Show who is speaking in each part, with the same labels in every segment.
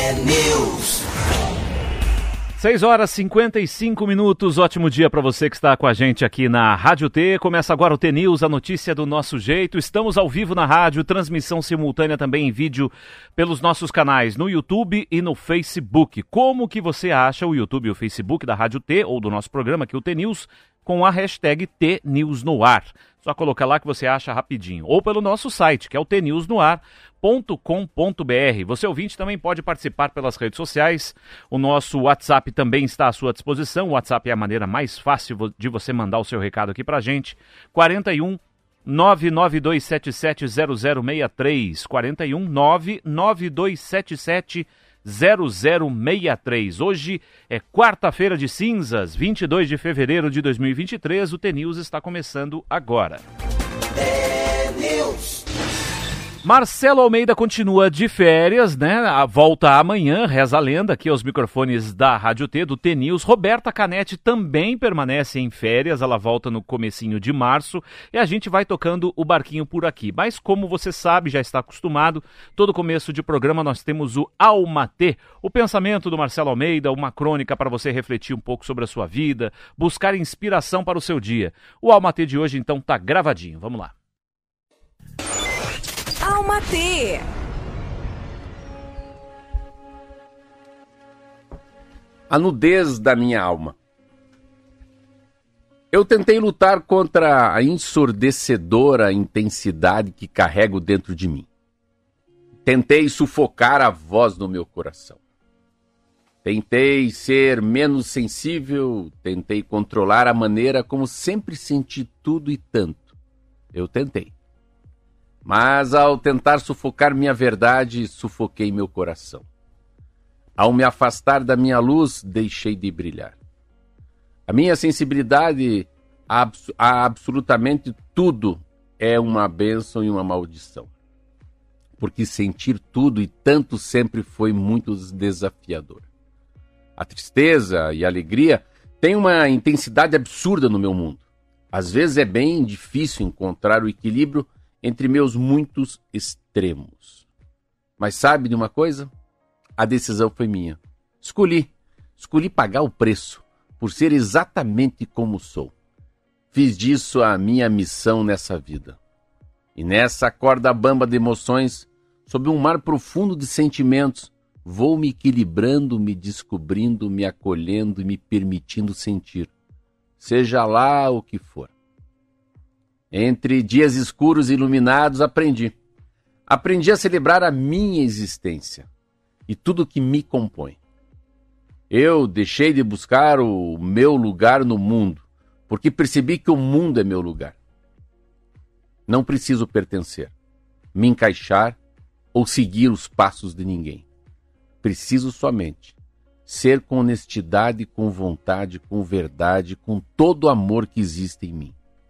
Speaker 1: T-News.
Speaker 2: 6 horas e 55 minutos, ótimo dia para você que está com a gente aqui na Rádio T. Começa agora o T-News, a notícia do nosso jeito. Estamos ao vivo na rádio, transmissão simultânea também em vídeo pelos nossos canais no YouTube e no Facebook. Como que você acha o YouTube e o Facebook da Rádio T ou do nosso programa aqui, o T-News, com a hashtag T-News no ar? Só colocar lá que você acha rapidinho. Ou pelo nosso site, que é o tnewsnoar.com.br. Você ouvinte também pode participar pelas redes sociais. O nosso WhatsApp também está à sua disposição. O WhatsApp é a maneira mais fácil de você mandar o seu recado aqui pra gente. 41 992770063. 41 992770063. 0063. Hoje é quarta-feira de cinzas, 22 de fevereiro de 2023. O T-News está começando agora.
Speaker 1: T-News.
Speaker 2: Marcelo Almeida continua de férias, né? A volta amanhã, reza a lenda, aqui aos microfones da Rádio T, do T-News. Roberta Canetti também permanece em férias, ela volta no comecinho de março e a gente vai tocando o barquinho por aqui. Mas como você sabe, já está acostumado, todo começo de programa nós temos o Alma T, o pensamento do Marcelo Almeida, uma crônica para você refletir um pouco sobre a sua vida, buscar inspiração para o seu dia. O Alma T de hoje então tá gravadinho, vamos lá.
Speaker 3: Alma T.
Speaker 4: A nudez da minha alma. Eu tentei lutar contra a ensurdecedora intensidade que carrego dentro de mim. Tentei sufocar a voz no meu coração. Tentei ser menos sensível, tentei controlar a maneira como sempre senti tudo e tanto. Eu tentei. Mas ao tentar sufocar minha verdade, sufoquei meu coração. Ao me afastar da minha luz, deixei de brilhar. A minha sensibilidade a absolutamente tudo é uma bênção e uma maldição. Porque sentir tudo e tanto sempre foi muito desafiador. A tristeza e a alegria têm uma intensidade absurda no meu mundo. Às vezes é bem difícil encontrar o equilíbrio entre meus muitos extremos. Mas sabe de uma coisa? A decisão foi minha. Escolhi pagar o preço por ser exatamente como sou. Fiz disso a minha missão nessa vida. E nessa corda bamba de emoções, sob um mar profundo de sentimentos, vou me equilibrando, me descobrindo, me acolhendo e me permitindo sentir. Seja lá o que for. Entre dias escuros e iluminados, aprendi a celebrar a minha existência e tudo que me compõe. Eu deixei de buscar o meu lugar no mundo, porque percebi que o mundo é meu lugar. Não preciso pertencer, me encaixar ou seguir os passos de ninguém. Preciso somente ser com honestidade, com vontade, com verdade, com todo o amor que existe em mim.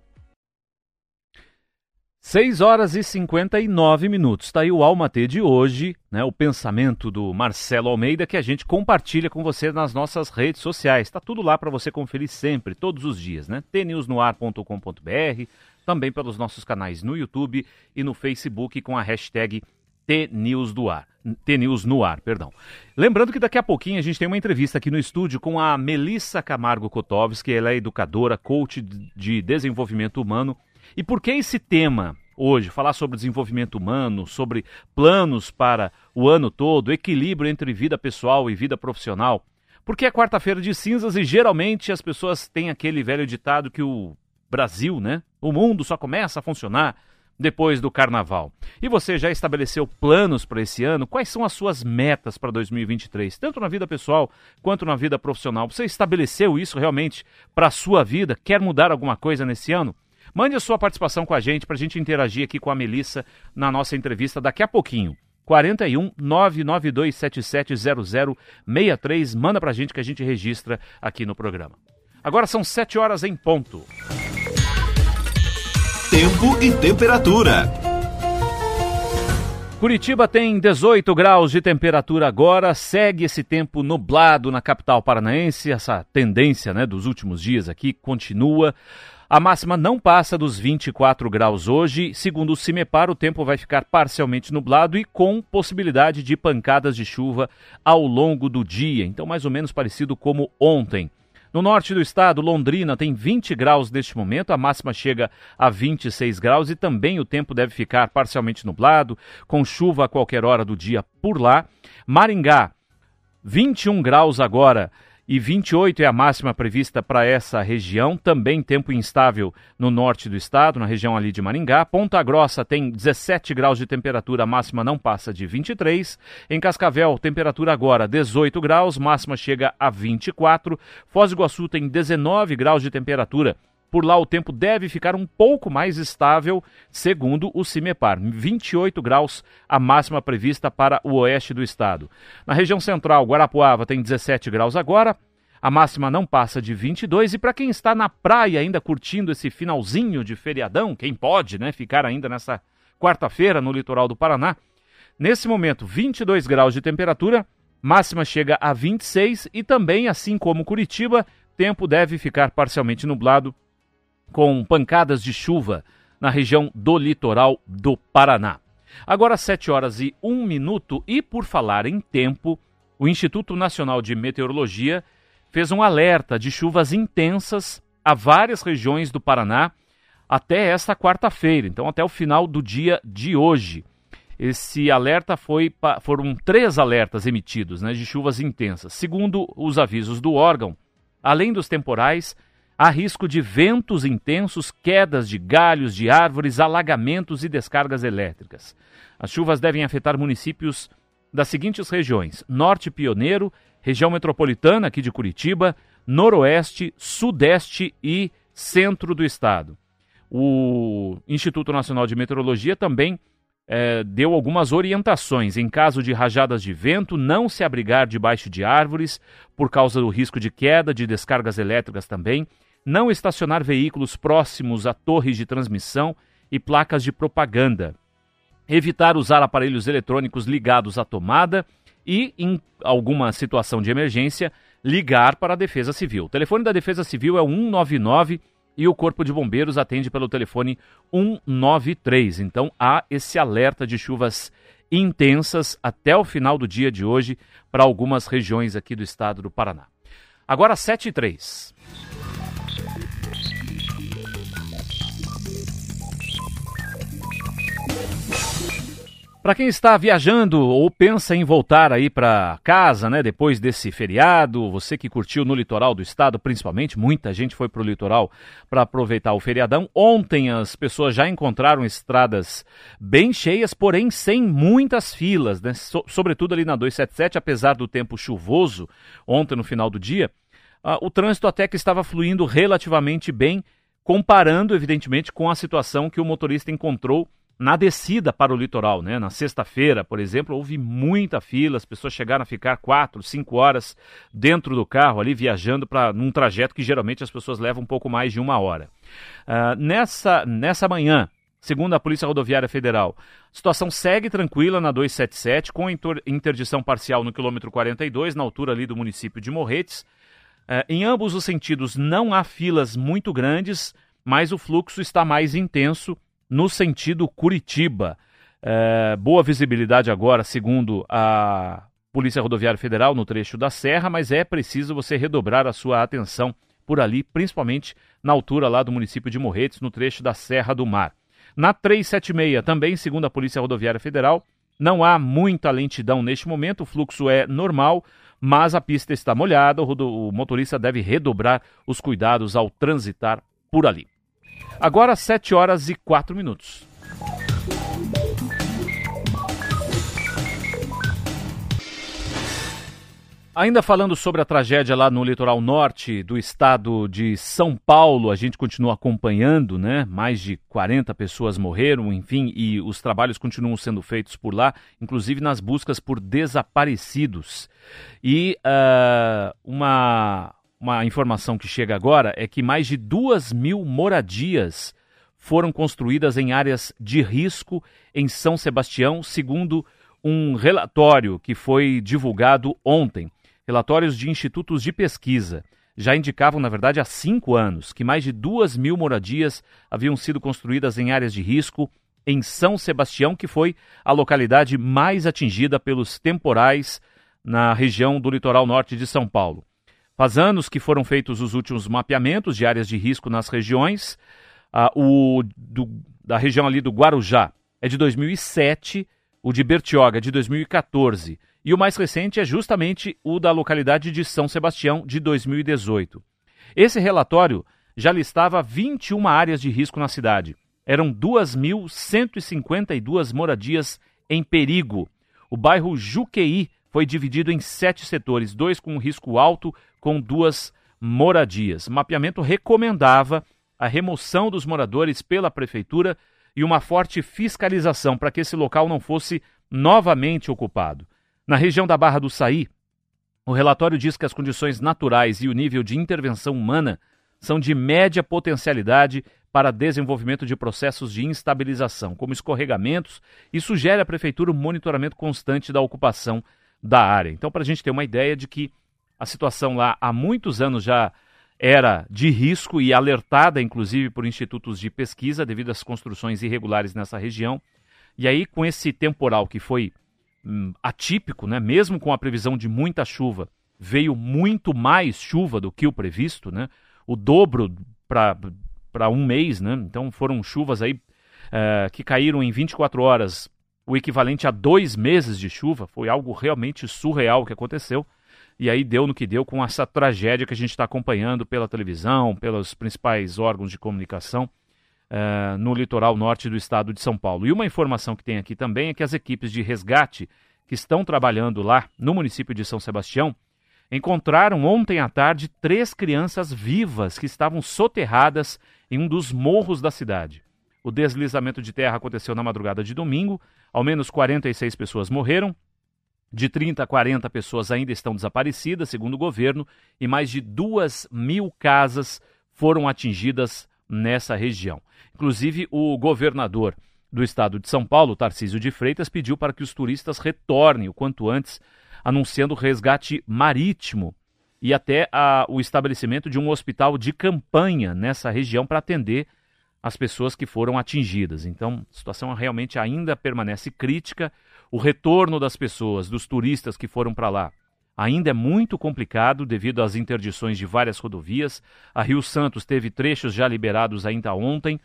Speaker 2: 6 horas e 59 minutos. Está aí o Alma T de hoje, né? O pensamento do Marcelo Almeida que a gente compartilha com você nas nossas redes sociais. Está tudo lá para você conferir sempre, todos os dias, né? tnewsnoar.com.br, também pelos nossos canais no YouTube e no Facebook com a hashtag T-News no ar, perdão. Lembrando que daqui a pouquinho a gente tem uma entrevista aqui no estúdio com a Melissa Camargo Kotovski, ela é educadora, coach de desenvolvimento humano. E por que esse tema hoje, falar sobre desenvolvimento humano, sobre planos para o ano todo, equilíbrio entre vida pessoal e vida profissional? Porque é quarta-feira de cinzas e geralmente as pessoas têm aquele velho ditado que o Brasil, né? O mundo só começa a funcionar depois do carnaval. E você já estabeleceu planos para esse ano? Quais são as suas metas para 2023? Tanto na vida pessoal quanto na vida profissional. Você estabeleceu isso realmente para a sua vida? Quer mudar alguma coisa nesse ano? Mande a sua participação com a gente para a gente interagir aqui com a Melissa na nossa entrevista daqui a pouquinho. 41 992770063. Manda para a gente que a gente registra aqui no programa. Agora são 7 horas em ponto.
Speaker 1: Tempo e temperatura.
Speaker 2: Curitiba tem 18 graus de temperatura agora, segue esse tempo nublado na capital paranaense, essa tendência, né, dos últimos dias aqui continua. A máxima não passa dos 24 graus hoje. Segundo o CIMEPAR, o tempo vai ficar parcialmente nublado e com possibilidade de pancadas de chuva ao longo do dia. Então, mais ou menos parecido como ontem. No norte do estado, Londrina tem 20 graus neste momento, a máxima chega a 26 graus e também o tempo deve ficar parcialmente nublado, com chuva a qualquer hora do dia por lá. Maringá, 21 graus agora e 28 é a máxima prevista para essa região, também tempo instável no norte do estado, na região ali de Maringá. Ponta Grossa tem 17 graus de temperatura, a máxima não passa de 23. Em Cascavel, temperatura agora 18 graus, máxima chega a 24. Foz do Iguaçu tem 19 graus de temperatura. Por lá o tempo deve ficar um pouco mais estável, segundo o CIMEPAR. 28 graus a máxima prevista para o oeste do estado. Na região central, Guarapuava tem 17 graus agora, a máxima não passa de 22. E para quem está na praia ainda curtindo esse finalzinho de feriadão, quem pode, né, ficar ainda nessa quarta-feira no litoral do Paraná, nesse momento 22 graus de temperatura, máxima chega a 26 e também, assim como Curitiba, tempo deve ficar parcialmente nublado, com pancadas de chuva na região do litoral do Paraná. Agora 7 horas e 1 minuto e por falar em tempo, o Instituto Nacional de Meteorologia fez um alerta de chuvas intensas a várias regiões do Paraná até esta quarta-feira, então até o final do dia de hoje. Esse alerta foram 3 alertas emitidos, né, de chuvas intensas. Segundo os avisos do órgão, além dos temporais, há risco de ventos intensos, quedas de galhos de árvores, alagamentos e descargas elétricas. As chuvas devem afetar municípios das seguintes regiões: Norte Pioneiro, região metropolitana aqui de Curitiba, Noroeste, Sudeste e Centro do estado. O Instituto Nacional de Meteorologia também deu algumas orientações. Em caso de rajadas de vento, não se abrigar debaixo de árvores por causa do risco de queda, de descargas elétricas também. Não estacionar veículos próximos a torres de transmissão e placas de propaganda. Evitar usar aparelhos eletrônicos ligados à tomada e, em alguma situação de emergência, ligar para a Defesa Civil. O telefone da Defesa Civil é o 199 e o Corpo de Bombeiros atende pelo telefone 193. Então há esse alerta de chuvas intensas até o final do dia de hoje para algumas regiões aqui do estado do Paraná. Agora 7h03. Para quem está viajando ou pensa em voltar aí para casa, né, depois desse feriado, você que curtiu no litoral do estado, principalmente, muita gente foi para o litoral para aproveitar o feriadão. Ontem as pessoas já encontraram estradas bem cheias, porém sem muitas filas, né, sobretudo ali na 277, apesar do tempo chuvoso ontem no final do dia, o trânsito até que estava fluindo relativamente bem, comparando evidentemente com a situação que o motorista encontrou na descida para o litoral, né? Na sexta-feira, por exemplo, houve muita fila, as pessoas chegaram a ficar 4, 5 horas dentro do carro ali, viajando num trajeto que geralmente as pessoas levam um pouco mais de 1 hora. Nessa manhã, segundo a Polícia Rodoviária Federal, a situação segue tranquila na 277, com interdição parcial no quilômetro 42, na altura ali do município de Morretes. Em ambos os sentidos não há filas muito grandes, mas o fluxo está mais intenso no sentido Curitiba. Boa visibilidade agora, segundo a Polícia Rodoviária Federal, no trecho da Serra, mas é preciso você redobrar a sua atenção por ali, principalmente na altura lá do município de Morretes, no trecho da Serra do Mar. Na 376, também, segundo a Polícia Rodoviária Federal, não há muita lentidão neste momento, o fluxo é normal, mas a pista está molhada, o motorista deve redobrar os cuidados ao transitar por ali. Agora 7 horas e 4 minutos. Ainda falando sobre a tragédia lá no litoral norte do estado de São Paulo, a gente continua acompanhando, né? Mais de 40 pessoas morreram, enfim, e os trabalhos continuam sendo feitos por lá, inclusive nas buscas por desaparecidos. E uma informação que chega agora é que mais de 2.000 moradias foram construídas em áreas de risco em São Sebastião, segundo um relatório que foi divulgado ontem. Relatórios de institutos de pesquisa. já indicavam, na verdade, há 5 anos, que mais de 2.000 moradias haviam sido construídas em áreas de risco em São Sebastião, que foi a localidade mais atingida pelos temporais na região do litoral norte de São Paulo. Faz anos que foram feitos os últimos mapeamentos de áreas de risco nas regiões. Da região ali do Guarujá é de 2007, o de Bertioga é de 2014. E o mais recente é justamente o da localidade de São Sebastião, de 2018. Esse relatório já listava 21 áreas de risco na cidade. Eram 2.152 moradias em perigo. O bairro Juqueí foi dividido em 7 setores, 2 com risco alto, com 2 moradias. O mapeamento recomendava a remoção dos moradores pela prefeitura e uma forte fiscalização para que esse local não fosse novamente ocupado. Na região da Barra do Saí, o relatório diz que as condições naturais e o nível de intervenção humana são de média potencialidade para desenvolvimento de processos de instabilização, como escorregamentos, e sugere à prefeitura o monitoramento constante da ocupação da área. Então, para a gente ter uma ideia de que a situação lá há muitos anos já era de risco e alertada, inclusive, por institutos de pesquisa devido às construções irregulares nessa região. E aí, com esse temporal que foi atípico, né? Mesmo com a previsão de muita chuva, veio muito mais chuva do que o previsto, né? O dobro para um mês, né? Então foram chuvas aí que caíram em 24 horas, o equivalente a 2 meses de chuva. Foi algo realmente surreal que aconteceu. E aí deu no que deu com essa tragédia que a gente está acompanhando pela televisão, pelos principais órgãos de comunicação no litoral norte do estado de São Paulo. E uma informação que tem aqui também é que as equipes de resgate que estão trabalhando lá no município de São Sebastião encontraram ontem à tarde 3 crianças vivas que estavam soterradas em um dos morros da cidade. O deslizamento de terra aconteceu na madrugada de domingo, ao menos 46 pessoas morreram, de 30 a 40 pessoas ainda estão desaparecidas, segundo o governo, e mais de 2.000 casas foram atingidas nessa região. Inclusive, o governador do estado de São Paulo, Tarcísio de Freitas, pediu para que os turistas retornem o quanto antes, anunciando resgate marítimo e até o estabelecimento de um hospital de campanha nessa região para atender as pessoas que foram atingidas. Então, a situação realmente ainda permanece crítica. O retorno das pessoas, dos turistas que foram para lá, ainda é muito complicado devido às interdições de várias rodovias. A Rio Santos teve trechos já liberados ainda ontem,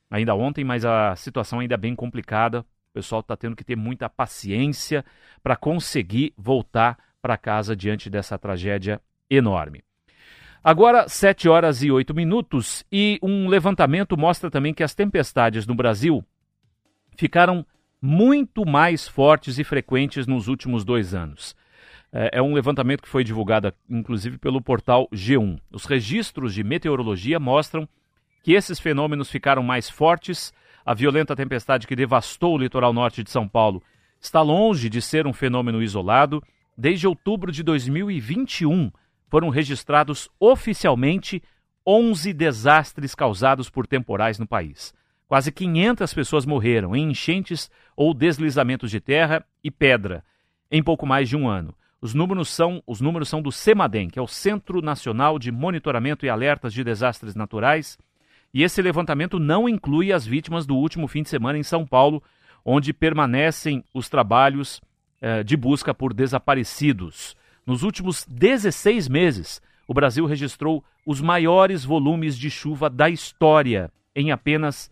Speaker 2: mas a situação ainda é bem complicada. O pessoal está tendo que ter muita paciência para conseguir voltar para casa diante dessa tragédia enorme. Agora, 7 horas e 8 minutos, e um levantamento mostra também que as tempestades no Brasil ficaram muito mais fortes e frequentes nos últimos 2 anos. É um levantamento que foi divulgado, inclusive, pelo portal G1. Os registros de meteorologia mostram que esses fenômenos ficaram mais fortes. A violenta tempestade que devastou o litoral norte de São Paulo está longe de ser um fenômeno isolado. Desde outubro de 2021, foram registrados oficialmente 11 desastres causados por temporais no país. Quase 500 pessoas morreram em enchentes ou deslizamentos de terra e pedra em pouco mais de um ano. Os números são do CEMADEM, que é o Centro Nacional de Monitoramento e Alertas de Desastres Naturais, e esse levantamento não inclui as vítimas do último fim de semana em São Paulo, onde permanecem os trabalhos de busca por desaparecidos. Nos últimos 16 meses, o Brasil registrou os maiores volumes de chuva da história em apenas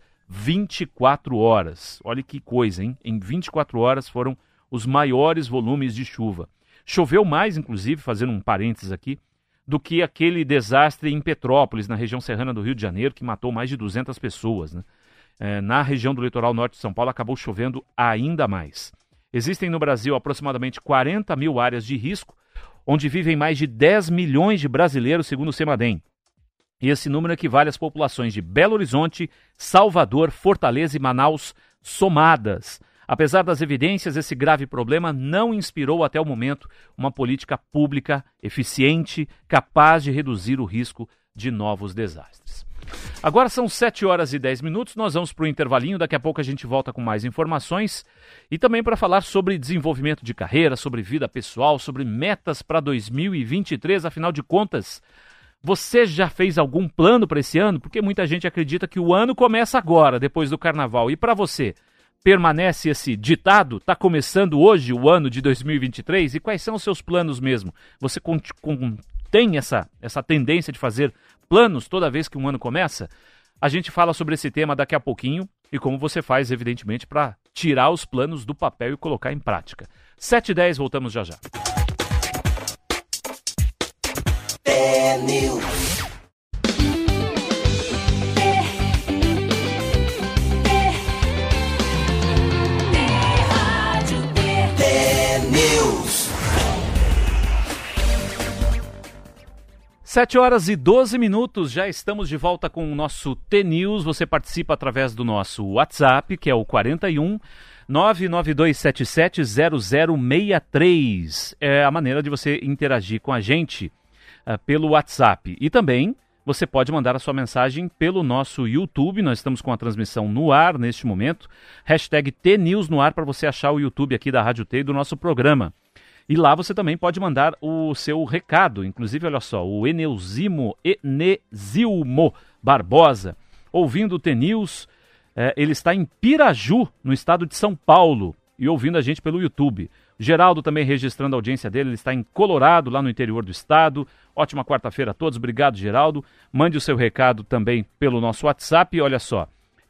Speaker 2: 24 horas. Olha que coisa, hein? Em 24 horas foram os maiores volumes de chuva. Choveu mais, inclusive, fazendo um parênteses aqui, do que aquele desastre em Petrópolis, na região serrana do Rio de Janeiro, que matou mais de 200 pessoas, né? Na região do litoral norte de São Paulo acabou chovendo ainda mais. Existem no Brasil aproximadamente 40 mil áreas de risco, onde vivem mais de 10 milhões de brasileiros, segundo o CEMADEM. E esse número equivale às populações de Belo Horizonte, Salvador, Fortaleza e Manaus somadas. Apesar das evidências, esse grave problema não inspirou até o momento uma política pública eficiente, capaz de reduzir o risco de novos desastres. Agora são 7 horas e 10 minutos, nós vamos para o intervalinho, daqui a pouco a gente volta com mais informações e também para falar sobre desenvolvimento de carreira, sobre vida pessoal, sobre metas para 2023, afinal de contas, Você já fez algum plano para esse ano? Porque muita gente acredita que o ano começa agora, depois do carnaval. E para você, permanece esse ditado? Está começando hoje o ano de 2023? E quais são os seus planos mesmo? Você tem essa tendência de fazer planos toda vez que um ano começa? A gente fala sobre esse tema daqui a pouquinho e como você faz, evidentemente, para tirar os planos do papel e colocar em prática. 7h10, voltamos já já. Sete horas e 12 minutos, já estamos de volta com o nosso T-News. Você participa através do nosso WhatsApp, que é o 41 99277 0063. É a maneira de você interagir com a gente pelo WhatsApp. E também você pode mandar a sua mensagem pelo nosso YouTube. Nós estamos com a transmissão no ar neste momento. Hashtag T-News no ar para você achar o YouTube aqui da Rádio T e do nosso programa. E lá você também pode mandar o seu recado. Inclusive, olha só, o Eneusilmo Barbosa, ouvindo o T-News, ele está em Piraju, no estado de São Paulo, e ouvindo a gente pelo YouTube. Geraldo também registrando a audiência dele, ele está em Colorado, lá no interior do estado. Ótima quarta-feira a todos, obrigado, Geraldo. Mande o seu recado também pelo nosso WhatsApp. Olha só,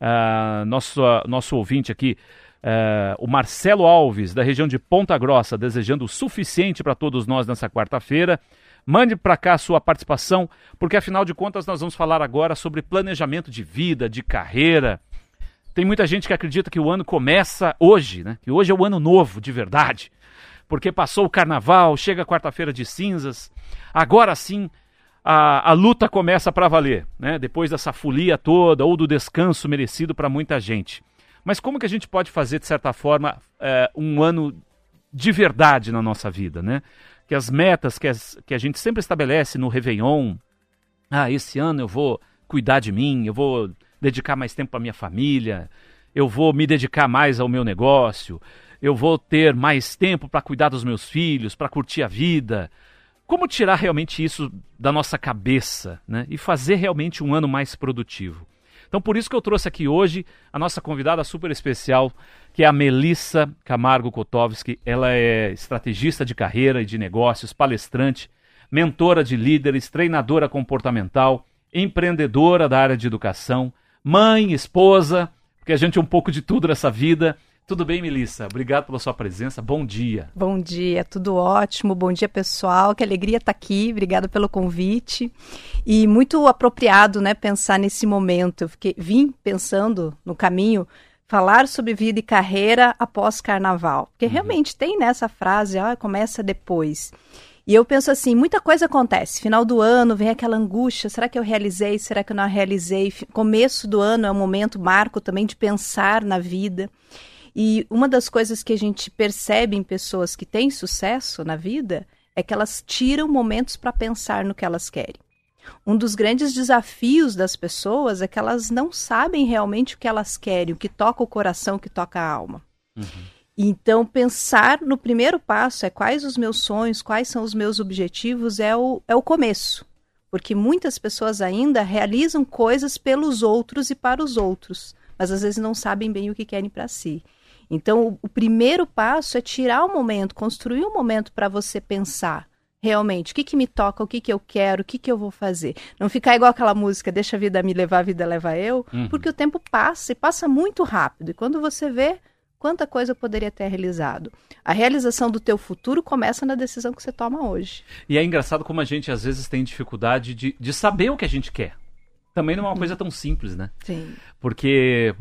Speaker 2: nosso ouvinte aqui, o Marcelo Alves, da região de Ponta Grossa, desejando o suficiente para todos nós nessa quarta-feira. Mande para cá a sua participação, porque afinal de contas nós vamos falar agora sobre planejamento de vida, de carreira. Tem muita gente que acredita que o ano começa hoje, né? Que hoje é o ano novo, de verdade. Porque passou o carnaval, chega a quarta-feira de cinzas. Agora sim, a luta começa para valer, né? Depois dessa folia toda ou do descanso merecido para muita gente. Mas como que a gente pode fazer, de certa forma, um ano de verdade na nossa vida, né? Que as metas que a gente sempre estabelece no Réveillon, esse ano eu vou cuidar de mim, eu vou dedicar mais tempo para minha família, eu vou me dedicar mais ao meu negócio, eu vou ter mais tempo para cuidar dos meus filhos, para curtir a vida. Como tirar realmente isso da nossa cabeça, né? E fazer realmente um ano mais produtivo? Então, por isso que eu trouxe aqui hoje a nossa convidada super especial, que é a Melissa Camargo Kotovski. Ela é estrategista de carreira e de negócios, palestrante, mentora de líderes, treinadora comportamental, empreendedora da área de educação, mãe, esposa, porque a gente é um pouco de tudo nessa vida. Tudo bem, Melissa? Obrigado pela sua presença. Bom dia.
Speaker 3: Bom dia, tudo ótimo. Bom dia, pessoal. Que alegria estar aqui. Obrigada pelo convite. E muito apropriado, né, pensar nesse momento. Vim pensando no caminho, falar sobre vida e carreira após carnaval. Porque realmente tem nessa frase, começa depois. E eu penso assim, muita coisa acontece. Final do ano, vem aquela angústia. Será que eu realizei? Será que eu não realizei? Começo do ano é um momento marco também de pensar na vida. E uma das coisas que a gente percebe em pessoas que têm sucesso na vida é que elas tiram momentos para pensar no que elas querem. Um dos grandes desafios das pessoas é que elas não sabem realmente o que elas querem, o que toca o coração, o que toca a alma. Então, pensar no primeiro passo, quais os meus sonhos, quais são os meus objetivos, é o começo. Porque muitas pessoas ainda realizam coisas pelos outros e para os outros, mas às vezes não sabem bem o que querem para si. Então, o primeiro passo é tirar um momento, construir um momento para você pensar realmente o que me toca, o que eu quero, o que eu vou fazer. Não ficar igual aquela música, deixa a vida me levar, a vida leva eu, porque o tempo passa e passa muito rápido. E quando você vê, quanta coisa eu poderia ter realizado. A realização do teu futuro começa na decisão que você toma hoje.
Speaker 2: E é engraçado como a gente às vezes tem dificuldade de saber o que a gente quer. Também não é uma coisa tão simples, né?
Speaker 3: Sim.
Speaker 2: Porque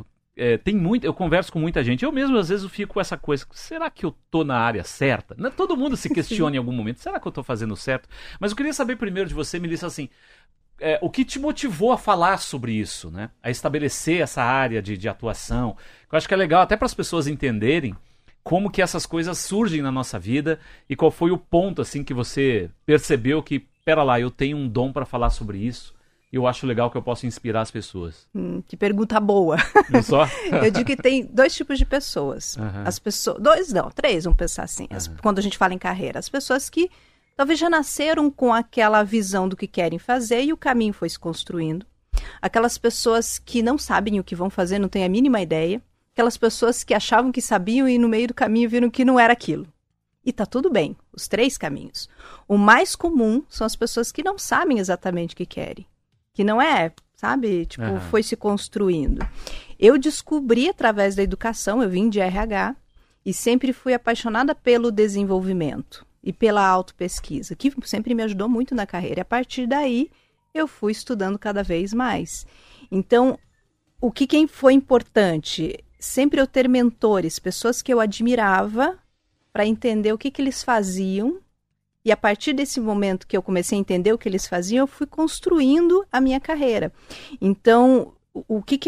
Speaker 2: eu converso com muita gente, eu mesmo às vezes fico com essa coisa, será que eu tô na área certa? Todo mundo se questiona em algum momento, será que eu tô fazendo certo? Mas eu queria saber primeiro de você, Melissa, assim, o que te motivou a falar sobre isso, né? A estabelecer essa área de atuação. Eu acho que é legal até para as pessoas entenderem como que essas coisas surgem na nossa vida e qual foi o ponto assim que você percebeu que, pera lá, eu tenho um dom para falar sobre isso. Eu acho legal que eu possa inspirar as pessoas.
Speaker 3: Que pergunta boa.
Speaker 2: Não só?
Speaker 3: Eu digo que tem dois tipos de pessoas. As pessoas, três, vamos pensar assim. Quando a gente fala em carreira, as pessoas que talvez já nasceram com aquela visão do que querem fazer e o caminho foi se construindo. Aquelas pessoas que não sabem o que vão fazer, não têm a mínima ideia. Aquelas pessoas que achavam que sabiam e no meio do caminho viram que não era aquilo. E tá tudo bem, os 3 caminhos. O mais comum são as pessoas que não sabem exatamente o que querem. Que não é, sabe, tipo, foi se construindo. Eu descobri através da educação, eu vim de RH, e sempre fui apaixonada pelo desenvolvimento e pela autopesquisa, que sempre me ajudou muito na carreira. E a partir daí, eu fui estudando cada vez mais. Então, o que foi importante? Sempre eu ter mentores, pessoas que eu admirava, para entender o que eles faziam. E a partir desse momento que eu comecei a entender o que eles faziam, eu fui construindo a minha carreira. Então, o que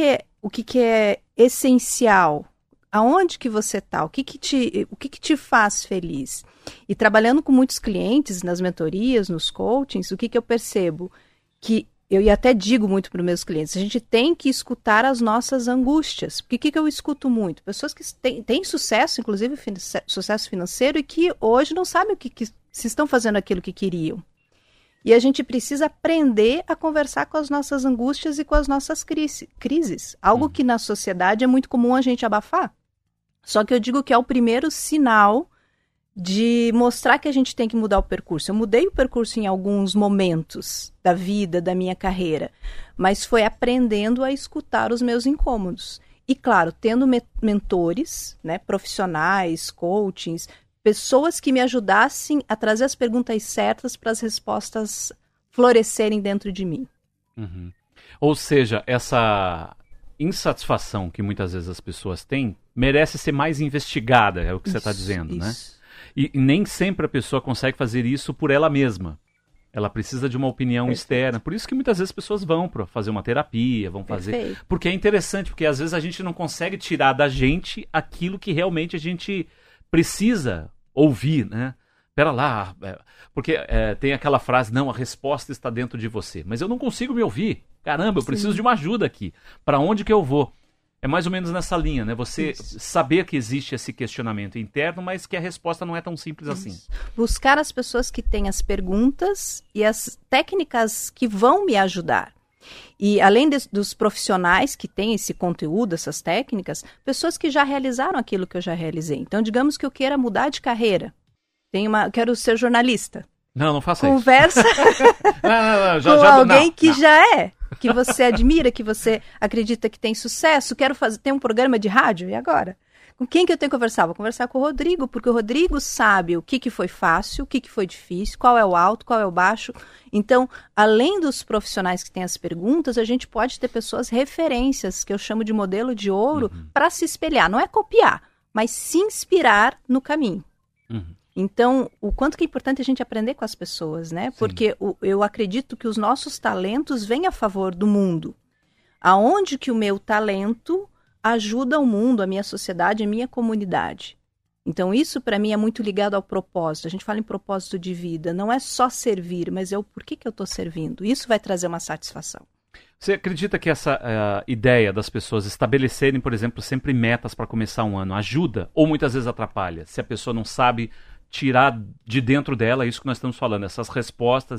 Speaker 3: é essencial? Aonde que você está? O que te faz feliz? E trabalhando com muitos clientes, nas mentorias, nos coachings, o que eu percebo? Que eu até digo muito para os meus clientes, a gente tem que escutar as nossas angústias. Porque o que eu escuto muito? Pessoas que têm sucesso, inclusive sucesso financeiro, e que hoje não sabem se estão fazendo aquilo que queriam. E a gente precisa aprender a conversar com as nossas angústias e com as nossas crises. Algo que na sociedade é muito comum a gente abafar. Só que eu digo que é o primeiro sinal de mostrar que a gente tem que mudar o percurso. Eu mudei o percurso em alguns momentos da vida, da minha carreira, mas foi aprendendo a escutar os meus incômodos. E, claro, tendo mentores, né, profissionais, coachings, pessoas que me ajudassem a trazer as perguntas certas para as respostas florescerem dentro de mim.
Speaker 2: Uhum. Ou seja, essa insatisfação que muitas vezes as pessoas têm merece ser mais investigada, é o que você está dizendo, né? E nem sempre a pessoa consegue fazer isso por ela mesma. Ela precisa de uma opinião externa. Por isso que muitas vezes as pessoas vão para fazer uma terapia, vão fazer... Porque é interessante, porque às vezes a gente não consegue tirar da gente aquilo que realmente a gente precisa ouvir, né? Pera lá, porque tem aquela frase, não, a resposta está dentro de você. Mas eu não consigo me ouvir. Caramba, eu preciso de uma ajuda aqui. Para onde que eu vou? É mais ou menos nessa linha, né? Você saber que existe esse questionamento interno, mas que a resposta não é tão simples assim.
Speaker 3: Buscar as pessoas que têm as perguntas e as técnicas que vão me ajudar. E além dos profissionais que têm esse conteúdo, essas técnicas, pessoas que já realizaram aquilo que eu já realizei. Então, digamos que eu queira mudar de carreira. Quero ser jornalista.
Speaker 2: Não faça
Speaker 3: Conversa
Speaker 2: isso.
Speaker 3: com alguém que já é. Que você admira, que você acredita que tem sucesso, ter um programa de rádio, e agora? Com quem que eu tenho que conversar? Vou conversar com o Rodrigo, porque o Rodrigo sabe o que foi fácil, o que foi difícil, qual é o alto, qual é o baixo. Então, além dos profissionais que têm as perguntas, a gente pode ter pessoas referências, que eu chamo de modelo de ouro, para se espelhar. Não é copiar, mas se inspirar no caminho. Então, o quanto que é importante a gente aprender com as pessoas, né? Porque eu acredito que os nossos talentos vêm a favor do mundo. Aonde que o meu talento ajuda o mundo, a minha sociedade, a minha comunidade. Então, isso para mim é muito ligado ao propósito. A gente fala em propósito de vida. Não é só servir, mas é o porquê que eu estou servindo. Isso vai trazer uma satisfação.
Speaker 2: Você acredita que essa ideia das pessoas estabelecerem, por exemplo, sempre metas para começar um ano ajuda ou muitas vezes atrapalha? Se a pessoa não sabe tirar de dentro dela isso que nós estamos falando, essas respostas,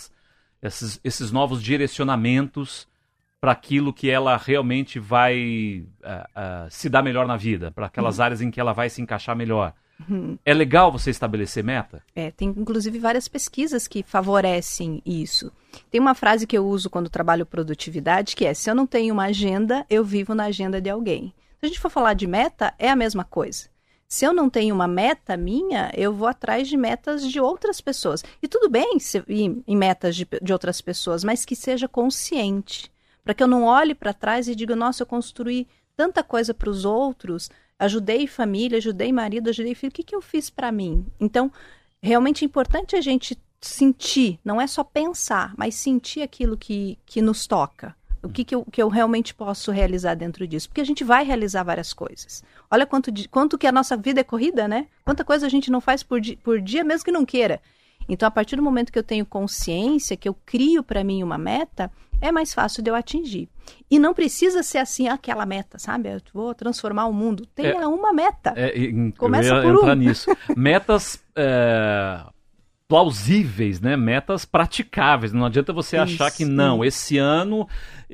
Speaker 2: esses novos direcionamentos para aquilo que ela realmente vai se dar melhor na vida, para aquelas áreas em que ela vai se encaixar melhor. É legal você estabelecer meta?
Speaker 3: Tem inclusive várias pesquisas que favorecem isso. Tem uma frase que eu uso quando trabalho produtividade, que é: se eu não tenho uma agenda, eu vivo na agenda de alguém. Se a gente for falar de meta, é a mesma coisa. Se eu não tenho uma meta minha, eu vou atrás de metas de outras pessoas. E tudo bem ir em metas de outras pessoas, mas que seja consciente. Para que eu não olhe para trás e diga, nossa, eu construí tanta coisa para os outros, ajudei família, ajudei marido, ajudei filho, o que eu fiz para mim? Então, realmente é importante a gente sentir, não é só pensar, mas sentir aquilo que nos toca. O que eu realmente posso realizar dentro disso? Porque a gente vai realizar várias coisas. Olha quanto que a nossa vida é corrida, né? Quanta coisa a gente não faz por dia, mesmo que não queira. Então, a partir do momento que eu tenho consciência, que eu crio para mim uma meta, é mais fácil de eu atingir. E não precisa ser assim aquela meta, sabe? Eu vou transformar o mundo. Tenha uma meta.
Speaker 2: Começa por entrar nisso. Metas plausíveis, né? Metas praticáveis. Não adianta você achar que não, esse ano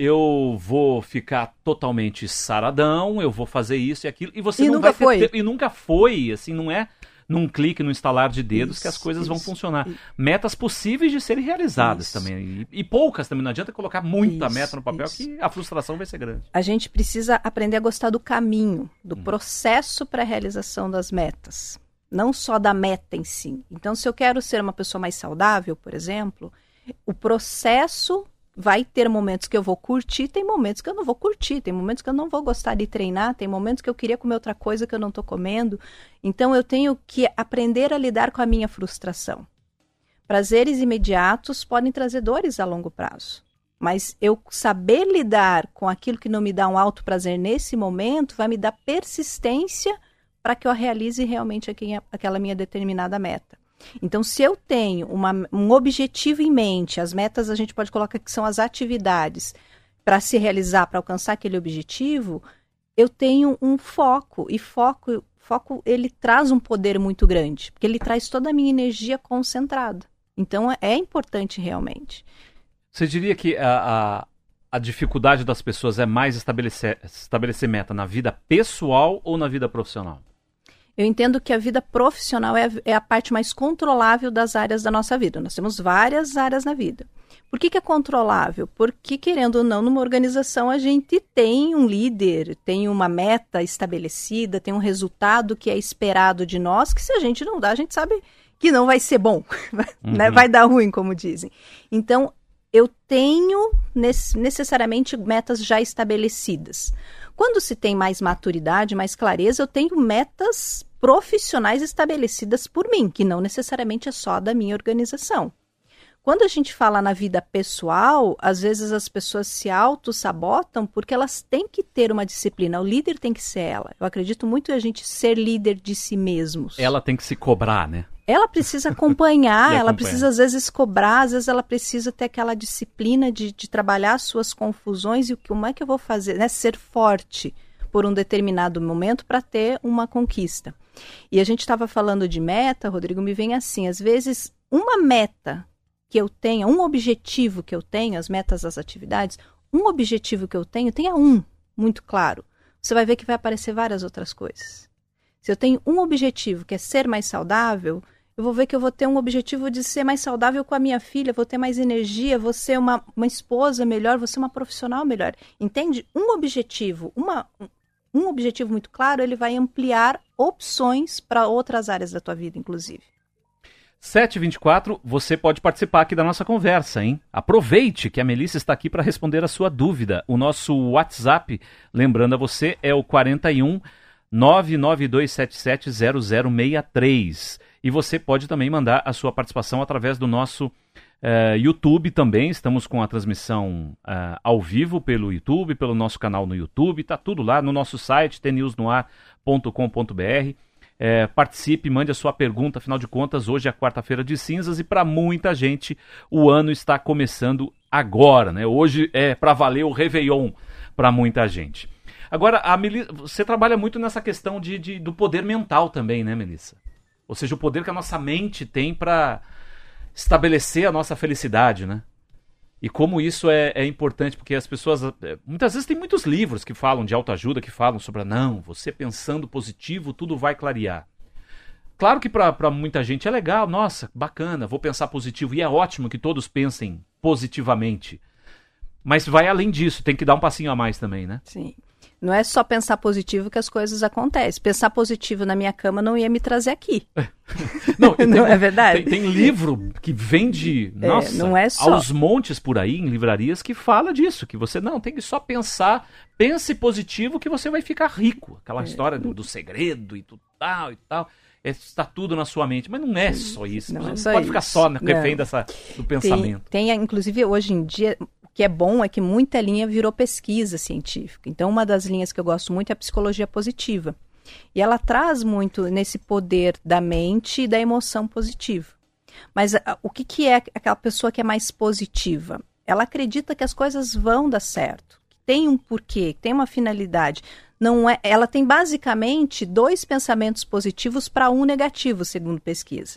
Speaker 2: eu vou ficar totalmente saradão, eu vou fazer isso e aquilo, e você não
Speaker 3: nunca
Speaker 2: vai ter, e nunca foi, assim, não é num clique, num estalar de dedos que as coisas vão funcionar. Metas possíveis de serem realizadas também. E poucas também. Não adianta colocar muita meta no papel que a frustração vai ser grande.
Speaker 3: A gente precisa aprender a gostar do caminho, do processo para a realização das metas. Não só da meta em si. Então, se eu quero ser uma pessoa mais saudável, por exemplo, o processo vai ter momentos que eu vou curtir, tem momentos que eu não vou curtir, tem momentos que eu não vou gostar de treinar, tem momentos que eu queria comer outra coisa que eu não estou comendo. Então, eu tenho que aprender a lidar com a minha frustração. Prazeres imediatos podem trazer dores a longo prazo. Mas eu saber lidar com aquilo que não me dá um alto prazer nesse momento vai me dar persistência para que eu realize realmente aquela minha determinada meta. Então, se eu tenho um objetivo em mente, as metas a gente pode colocar que são as atividades para se realizar, para alcançar aquele objetivo, eu tenho um foco. E foco ele traz um poder muito grande, porque ele traz toda a minha energia concentrada. Então, é importante realmente.
Speaker 2: Você diria que a dificuldade das pessoas é mais estabelecer meta na vida pessoal ou na vida profissional?
Speaker 3: Eu entendo que a vida profissional é a parte mais controlável das áreas da nossa vida. Nós temos várias áreas na vida. Por que é controlável? Porque, querendo ou não, numa organização a gente tem um líder, tem uma meta estabelecida, tem um resultado que é esperado de nós, que se a gente não dá, a gente sabe que não vai ser bom, né? Vai dar ruim, como dizem. Então, eu tenho necessariamente metas já estabelecidas. Quando se tem mais maturidade, mais clareza, eu tenho metas profissionais estabelecidas por mim, que não necessariamente é só da minha organização. Quando a gente fala na vida pessoal, às vezes as pessoas se auto-sabotam porque elas têm que ter uma disciplina. O líder tem que ser ela. Eu acredito muito em a gente ser líder de si mesmos.
Speaker 2: Ela tem que se cobrar, né?
Speaker 3: Ela precisa acompanhar, ela precisa às vezes cobrar, às vezes ela precisa ter aquela disciplina de trabalhar as suas confusões e como é que eu vou fazer, né? Ser forte por um determinado momento para ter uma conquista. E a gente estava falando de meta, Rodrigo, me vem assim, às vezes uma meta que eu tenha, um objetivo que eu tenho, as metas das atividades, um objetivo que eu tenha um muito claro. Você vai ver que vai aparecer várias outras coisas. Se eu tenho um objetivo que é ser mais saudável, eu vou ver que eu vou ter um objetivo de ser mais saudável com a minha filha, vou ter mais energia, vou ser uma esposa melhor, vou ser uma profissional melhor. Entende? Um objetivo, um objetivo muito claro, ele vai ampliar opções para outras áreas da tua vida, inclusive.
Speaker 2: 7h24, você pode participar aqui da nossa conversa, hein? Aproveite que a Melissa está aqui para responder a sua dúvida. O nosso WhatsApp, lembrando a você, é o 41 992770063. E você pode também mandar a sua participação através do nosso YouTube também. Estamos com a transmissão ao vivo pelo YouTube, pelo nosso canal no YouTube. Está tudo lá no nosso site, tnewsnoar.com.br. Participe, mande a sua pergunta. Afinal de contas, hoje é quarta-feira de cinzas e para muita gente o ano está começando agora, né? Hoje é para valer o Réveillon para muita gente. Agora, você trabalha muito nessa questão do poder mental também, né, Melissa? Ou seja, o poder que a nossa mente tem para estabelecer a nossa felicidade, né? E como isso é importante, porque as pessoas... muitas vezes tem muitos livros que falam de autoajuda, que falam sobre, não, você pensando positivo, tudo vai clarear. Claro que para muita gente é legal, nossa, bacana, vou pensar positivo. E é ótimo que todos pensem positivamente. Mas vai além disso, tem que dar um passinho a mais também, né?
Speaker 3: Sim. Não é só pensar positivo que as coisas acontecem. Pensar positivo na minha cama não ia me trazer aqui. Não é verdade?
Speaker 2: Tem livro que vende, nossa,
Speaker 3: não é só.
Speaker 2: Aos montes por aí, em livrarias, que fala disso. Que você não tem que só pensar, pense positivo que você vai ficar rico. Aquela história do segredo e tudo tal e tal. Está tudo na sua mente. Mas não é só isso. Não pode ficar só refém do pensamento.
Speaker 3: Tem, inclusive, hoje em dia... O que é bom é que muita linha virou pesquisa científica. Então, uma das linhas que eu gosto muito é a psicologia positiva. E ela traz muito nesse poder da mente e da emoção positiva. Mas o que é aquela pessoa que é mais positiva? Ela acredita que as coisas vão dar certo, que tem um porquê, que tem uma finalidade. Ela tem basicamente 2 pensamentos positivos para um negativo, segundo pesquisa.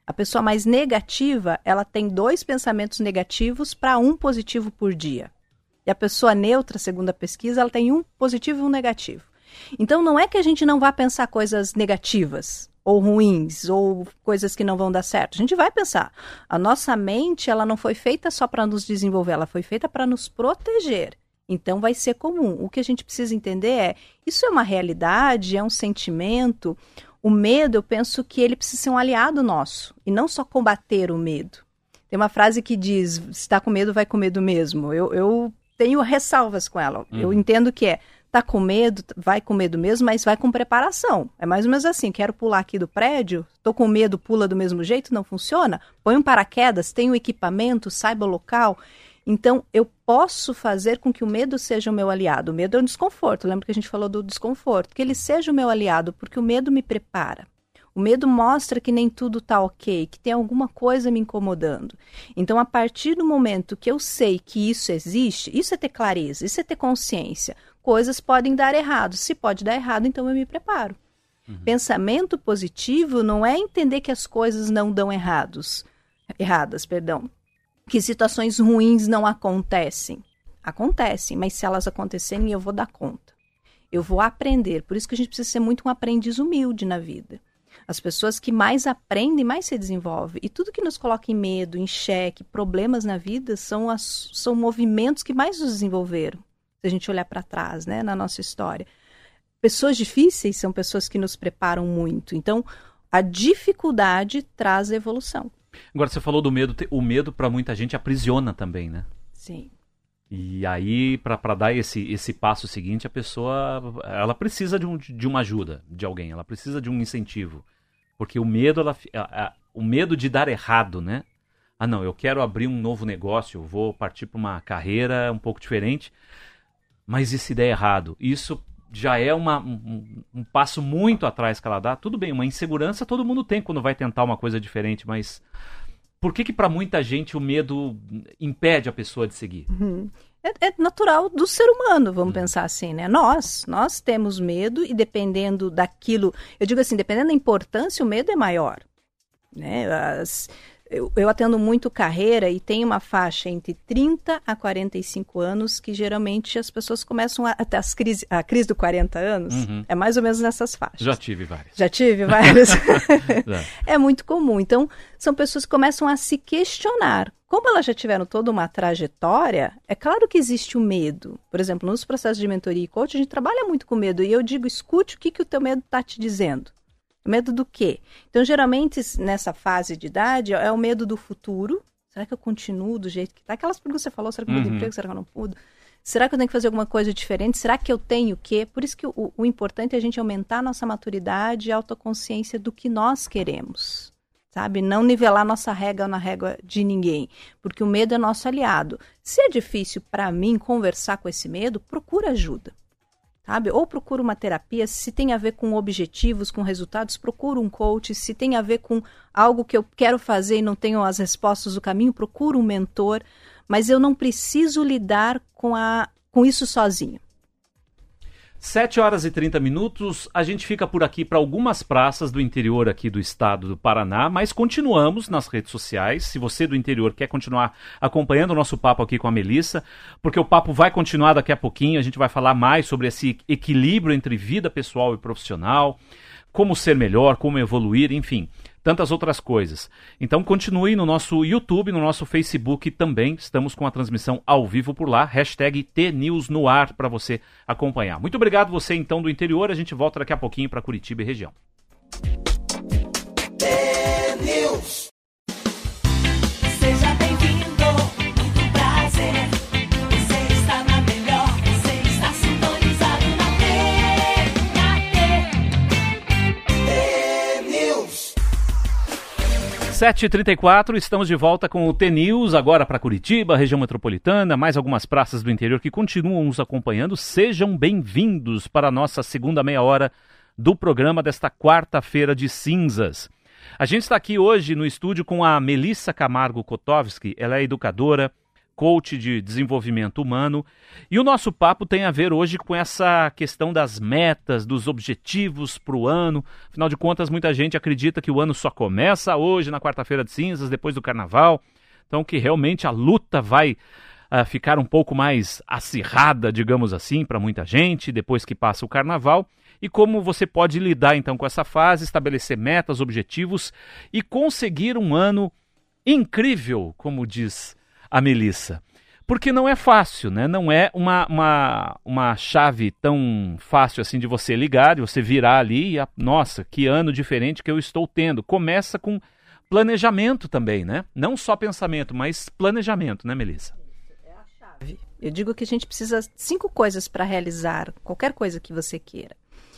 Speaker 3: A pessoa mais negativa, ela tem 2 pensamentos negativos para 1 positivo por dia. E a pessoa neutra, segundo a pesquisa, ela tem 1 positivo e 1 negativo. Então, não é que a gente não vá pensar coisas negativas, ou ruins, ou coisas que não vão dar certo. A gente vai pensar. A nossa mente, ela não foi feita só para nos desenvolver, ela foi feita para nos proteger. Então, vai ser comum. O que a gente precisa entender é, isso é uma realidade, é um sentimento. O medo, eu penso que ele precisa ser um aliado nosso, e não só combater o medo. Tem uma frase que diz, se está com medo, vai com medo mesmo. Eu tenho ressalvas com ela. Eu entendo que tá com medo, vai com medo mesmo, mas vai com preparação. É mais ou menos assim, quero pular aqui do prédio, tô com medo, pula do mesmo jeito, não funciona? Põe um paraquedas, tem o equipamento, saiba o local. Então, eu posso fazer com que o medo seja o meu aliado. O medo é um desconforto, lembra que a gente falou do desconforto? Que ele seja o meu aliado, porque o medo me prepara. O medo mostra que nem tudo está ok, que tem alguma coisa me incomodando. Então, a partir do momento que eu sei que isso existe, isso é ter clareza, isso é ter consciência. Coisas podem dar errado. Se pode dar errado, então eu me preparo. Pensamento positivo não é entender que as coisas não dão erradas, que situações ruins não acontecem. Acontecem, mas se elas acontecerem, eu vou dar conta. Eu vou aprender. Por isso que a gente precisa ser muito um aprendiz humilde na vida. As pessoas que mais aprendem, mais se desenvolvem. E tudo que nos coloca em medo, em xeque, problemas na vida, são movimentos que mais nos desenvolveram. Se a gente olhar para trás, né, na nossa história. Pessoas difíceis são pessoas que nos preparam muito. Então, a dificuldade traz a evolução.
Speaker 2: Agora, você falou do medo. O medo, para muita gente, aprisiona também, né?
Speaker 3: Sim.
Speaker 2: E aí, para dar esse passo seguinte, a pessoa ela precisa de uma ajuda de alguém, ela precisa de um incentivo. Porque o medo, o medo de dar errado, né? Ah, não, eu quero abrir um novo negócio, eu vou partir para uma carreira um pouco diferente, mas e se der errado? Isso já é um passo muito atrás que ela dá. Tudo bem, uma insegurança todo mundo tem quando vai tentar uma coisa diferente, mas por que para muita gente o medo impede a pessoa de seguir?
Speaker 3: É natural do ser humano, vamos pensar assim, né? Nós temos medo e dependendo daquilo, eu digo assim, dependendo da importância, o medo é maior, né? Eu atendo muito carreira e tem uma faixa entre 30 a 45 anos que geralmente as pessoas começam até a crise do 40 anos, é mais ou menos nessas faixas.
Speaker 2: Já tive várias.
Speaker 3: Já tive várias? É muito comum. Então, são pessoas que começam a se questionar. Como elas já tiveram toda uma trajetória, é claro que existe o medo. Por exemplo, nos processos de mentoria e coaching, a gente trabalha muito com medo. E eu digo, escute o que o teu medo está te dizendo. Medo do quê? Então, geralmente, nessa fase de idade, é o medo do futuro. Será que eu continuo do jeito que está? Aquelas perguntas que você falou, será que eu mudo de emprego? Será que eu não mudo? Será que eu tenho que fazer alguma coisa diferente? Será que eu tenho o quê? Por isso que o importante é a gente aumentar a nossa maturidade e autoconsciência do que nós queremos. Sabe? Não nivelar nossa régua na régua de ninguém. Porque o medo é nosso aliado. Se é difícil para mim conversar com esse medo, procura ajuda. Sabe? Ou procura uma terapia, se tem a ver com objetivos, com resultados, procura um coach, se tem a ver com algo que eu quero fazer e não tenho as respostas do caminho, procura um mentor, mas eu não preciso lidar com isso sozinho.
Speaker 2: 7h30, a gente fica por aqui para algumas praças do interior aqui do estado do Paraná, mas continuamos nas redes sociais. Se você do interior quer continuar acompanhando o nosso papo aqui com a Melissa, porque o papo vai continuar daqui a pouquinho, a gente vai falar mais sobre esse equilíbrio entre vida pessoal e profissional, como ser melhor, como evoluir, enfim, tantas outras coisas. Então continue no nosso YouTube, no nosso Facebook também, estamos com a transmissão ao vivo por lá, #TNewsNoar para você acompanhar. Muito obrigado você então do interior, a gente volta daqui a pouquinho para Curitiba e região.
Speaker 5: Seja bem-vindo, muito prazer. Você está na melhor, você está sintonizado na T-News.
Speaker 2: 7h34, estamos de volta com o T-News, agora para Curitiba, região metropolitana, mais algumas praças do interior que continuam nos acompanhando. Sejam bem-vindos para a nossa segunda meia hora do programa desta quarta-feira de cinzas. A gente está aqui hoje no estúdio com a Melissa Camargo Kotovski, ela é educadora, coach de desenvolvimento humano. E o nosso papo tem a ver hoje com essa questão das metas, dos objetivos para o ano. Afinal de contas, muita gente acredita que o ano só começa hoje, na quarta-feira de cinzas, depois do carnaval. Então, que realmente a luta vai ficar um pouco mais acirrada, digamos assim, para muita gente, depois que passa o carnaval. E como você pode lidar, então, com essa fase, estabelecer metas, objetivos e conseguir um ano incrível, como diz a Melissa. Porque não é fácil, né? Não é uma chave tão fácil assim de você ligar, de você virar ali e, nossa, que ano diferente que eu estou tendo. Começa com planejamento também, né? Não só pensamento, mas planejamento, né, Melissa?
Speaker 3: É a chave. Eu digo que a gente precisa de 5 coisas para realizar qualquer coisa que você queira.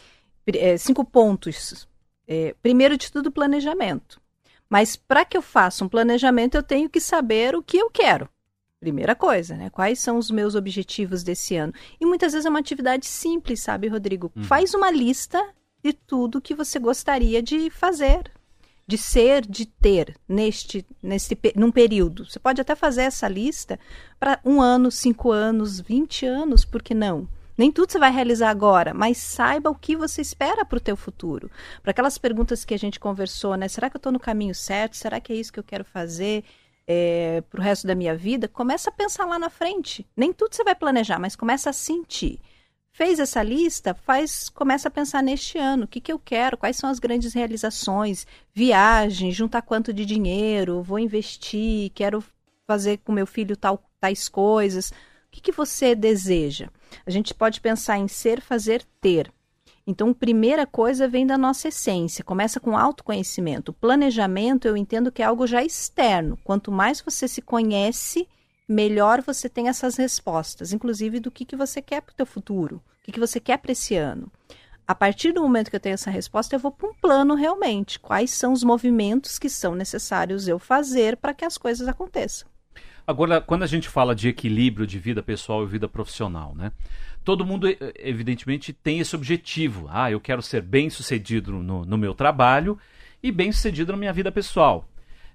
Speaker 3: 5 pontos. Primeiro de tudo, planejamento. Mas para que eu faça um planejamento, eu tenho que saber o que eu quero. Primeira coisa, né? Quais são os meus objetivos desse ano? E muitas vezes é uma atividade simples, sabe, Rodrigo? Faz uma lista de tudo que você gostaria de fazer, de ser, de ter num período. Você pode até fazer essa lista para 1 ano, 5 anos, 20 anos, por que não? Nem tudo você vai realizar agora, mas saiba o que você espera para o teu futuro. Para aquelas perguntas que a gente conversou, né? Será que eu estou no caminho certo? Será que é isso que eu quero fazer para o resto da minha vida? Começa a pensar lá na frente. Nem tudo você vai planejar, mas começa a sentir. Fez essa lista? Começa a pensar neste ano. O que eu quero? Quais são as grandes realizações? Viagem, juntar quanto de dinheiro? Vou investir? Quero fazer com meu filho tais coisas? O que você deseja? A gente pode pensar em ser, fazer, ter. Então, a primeira coisa vem da nossa essência. Começa com autoconhecimento. O planejamento, eu entendo que é algo já externo. Quanto mais você se conhece, melhor você tem essas respostas. Inclusive, do que você quer para o teu futuro. O que você quer para esse ano. A partir do momento que eu tenho essa resposta, eu vou para um plano realmente. Quais são os movimentos que são necessários eu fazer para que as coisas aconteçam.
Speaker 2: Agora, quando a gente fala de equilíbrio de vida pessoal e vida profissional, né? Todo mundo, evidentemente, tem esse objetivo. Eu quero ser bem-sucedido no meu trabalho e bem-sucedido na minha vida pessoal.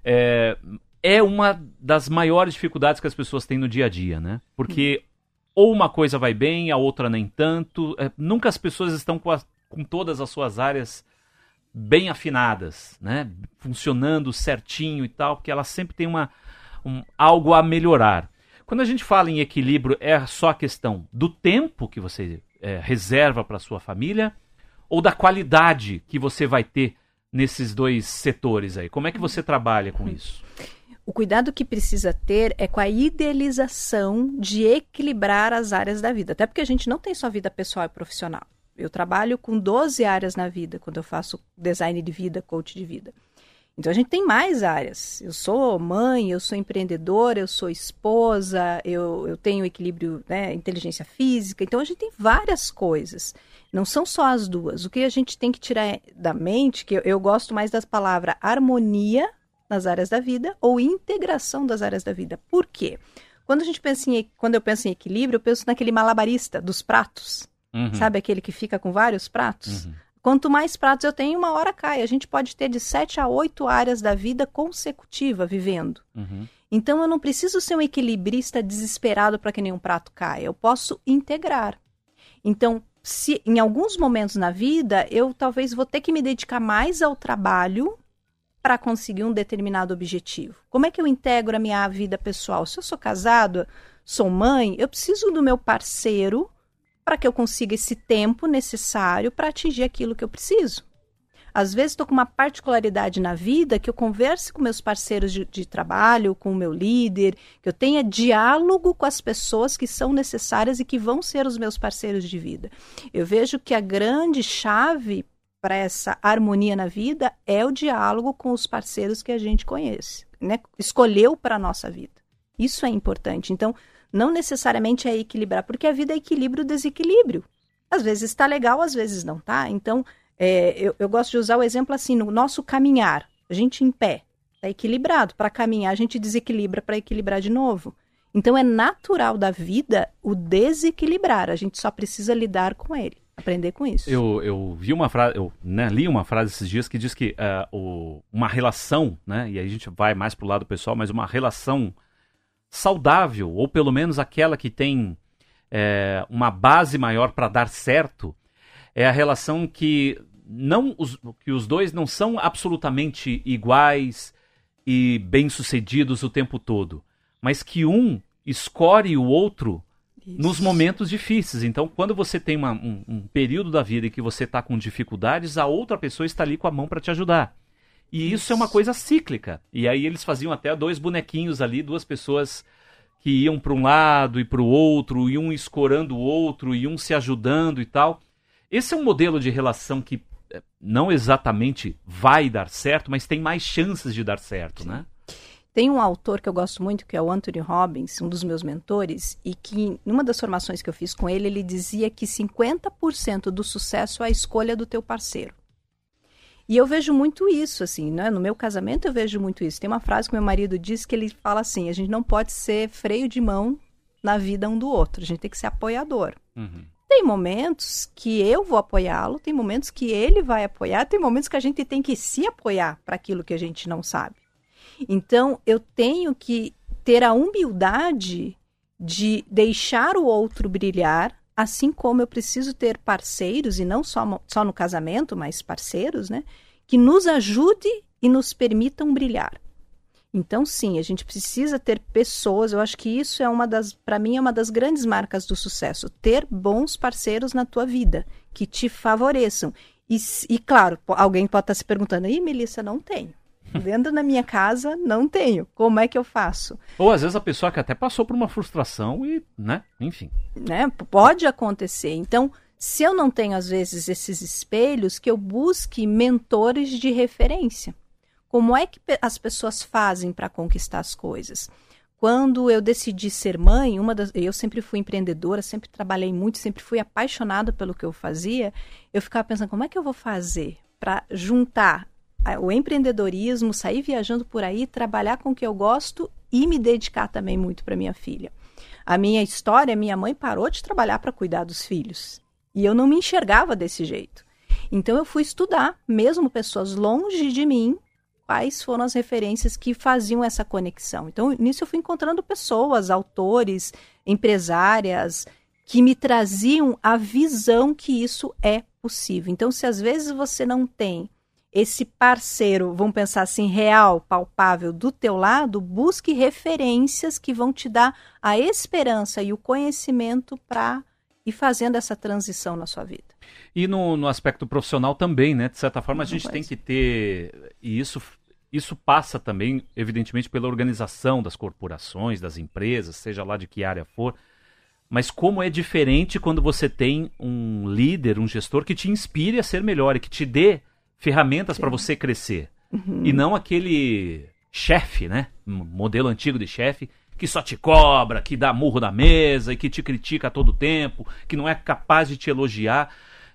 Speaker 2: É uma das maiores dificuldades que as pessoas têm no dia a dia, né? Porque ou uma coisa vai bem, a outra nem tanto. Nunca as pessoas estão com todas as suas áreas bem afinadas, né? Funcionando certinho e tal, porque elas sempre têm algo a melhorar. Quando a gente fala em equilíbrio, é só a questão do tempo que você reserva para a sua família ou da qualidade que você vai ter nesses 2 setores aí? Como é que você trabalha com isso?
Speaker 3: O cuidado que precisa ter é com a idealização de equilibrar as áreas da vida. Até porque a gente não tem só vida pessoal e profissional. Eu trabalho com 12 áreas na vida, quando eu faço design de vida, coach de vida. Então, a gente tem mais áreas. Eu sou mãe, eu sou empreendedora, eu sou esposa, eu tenho equilíbrio, né, inteligência física. Então, a gente tem várias coisas. Não são só as 2. O que a gente tem que tirar da mente, que eu gosto mais das palavras harmonia nas áreas da vida ou integração das áreas da vida. Por quê? Quando eu penso em equilíbrio, eu penso naquele malabarista dos pratos. Sabe aquele que fica com vários pratos? Quanto mais pratos eu tenho, uma hora cai. A gente pode ter de 7 a 8 áreas da vida consecutiva vivendo. Então, eu não preciso ser um equilibrista desesperado para que nenhum prato caia. Eu posso integrar. Então, se em alguns momentos na vida, eu talvez vou ter que me dedicar mais ao trabalho para conseguir um determinado objetivo. Como é que eu integro a minha vida pessoal? Se eu sou casado, sou mãe, eu preciso do meu parceiro para que eu consiga esse tempo necessário para atingir aquilo que eu preciso. Às vezes estou com uma particularidade na vida que eu converse com meus parceiros de trabalho, com o meu líder, que eu tenha diálogo com as pessoas que são necessárias e que vão ser os meus parceiros de vida. Eu vejo que a grande chave para essa harmonia na vida é o diálogo com os parceiros que a gente conhece, né? Escolheu para a nossa vida. Isso é importante. Então, não necessariamente é equilibrar, porque a vida é equilíbrio, desequilíbrio. Às vezes está legal, às vezes não está. Então, eu gosto de usar o exemplo assim, no nosso caminhar, a gente em pé, está equilibrado. Para caminhar, a gente desequilibra para equilibrar de novo. Então, é natural da vida o desequilibrar, a gente só precisa lidar com ele, aprender com isso.
Speaker 2: Eu vi uma frase, li uma frase esses dias que diz que uma relação, né, e aí a gente vai mais para o lado pessoal, mas uma relação saudável, ou pelo menos aquela que tem uma base maior para dar certo, é a relação que os dois não são absolutamente iguais e bem-sucedidos o tempo todo, mas que um escolhe o outro nos momentos difíceis. Então, quando você tem um período da vida em que você está com dificuldades, a outra pessoa está ali com a mão para te ajudar. E isso é uma coisa cíclica. E aí eles faziam até 2 bonequinhos ali, 2 pessoas que iam para um lado e para o outro, e um escorando o outro, e um se ajudando e tal. Esse é um modelo de relação que não exatamente vai dar certo, mas tem mais chances de dar certo, né?
Speaker 3: Tem um autor que eu gosto muito, que é o Anthony Robbins, um dos meus mentores, e que, numa das formações que eu fiz com ele dizia que 50% do sucesso é a escolha do teu parceiro. E eu vejo muito isso, assim, né? No meu casamento eu vejo muito isso. Tem uma frase que meu marido diz que ele fala assim, a gente não pode ser freio de mão na vida um do outro, a gente tem que ser apoiador.
Speaker 2: Uhum.
Speaker 3: Tem momentos que eu vou apoiá-lo, tem momentos que ele vai apoiar, tem momentos que a gente tem que se apoiar para aquilo que a gente não sabe. Então, eu tenho que ter a humildade de deixar o outro brilhar, assim como eu preciso ter parceiros, e não só no casamento, mas parceiros, né, que nos ajude e nos permitam brilhar. Então, sim, a gente precisa ter pessoas, eu acho que isso é para mim, é uma das grandes marcas do sucesso, ter bons parceiros na tua vida, que te favoreçam. E claro, alguém pode estar se perguntando, Melissa, não tenho. Dentro da minha casa, não tenho. Como é que eu faço?
Speaker 2: Ou às vezes a pessoa que até passou por uma frustração e, né, enfim.
Speaker 3: Né? Pode acontecer. Então, se eu não tenho, às vezes, esses espelhos, que eu busque mentores de referência. Como é que as pessoas fazem para conquistar as coisas? Quando eu decidi ser mãe, eu sempre fui empreendedora, sempre trabalhei muito, sempre fui apaixonada pelo que eu fazia, eu ficava pensando, como é que eu vou fazer para juntar o empreendedorismo, sair viajando por aí, trabalhar com o que eu gosto e me dedicar também muito para minha filha. A minha história, minha mãe parou de trabalhar para cuidar dos filhos. E eu não me enxergava desse jeito. Então eu fui estudar, mesmo pessoas longe de mim, quais foram as referências que faziam essa conexão. Então, nisso eu fui encontrando pessoas, autores, empresárias, que me traziam a visão que isso é possível. Então, se às vezes você não tem esse parceiro, vamos pensar assim, real, palpável, do teu lado, busque referências que vão te dar a esperança e o conhecimento para ir fazendo essa transição na sua vida.
Speaker 2: E no aspecto profissional também, né? De certa forma, a gente tem que ter... E isso passa também, evidentemente, pela organização das corporações, das empresas, seja lá de que área for. Mas como é diferente quando você tem um líder, um gestor que te inspire a ser melhor e que te dê ferramentas para você crescer. Uhum. E não aquele chefe, né? Modelo antigo de chefe, que só te cobra, que dá murro na mesa e que te critica a todo tempo, que não é capaz de te elogiar.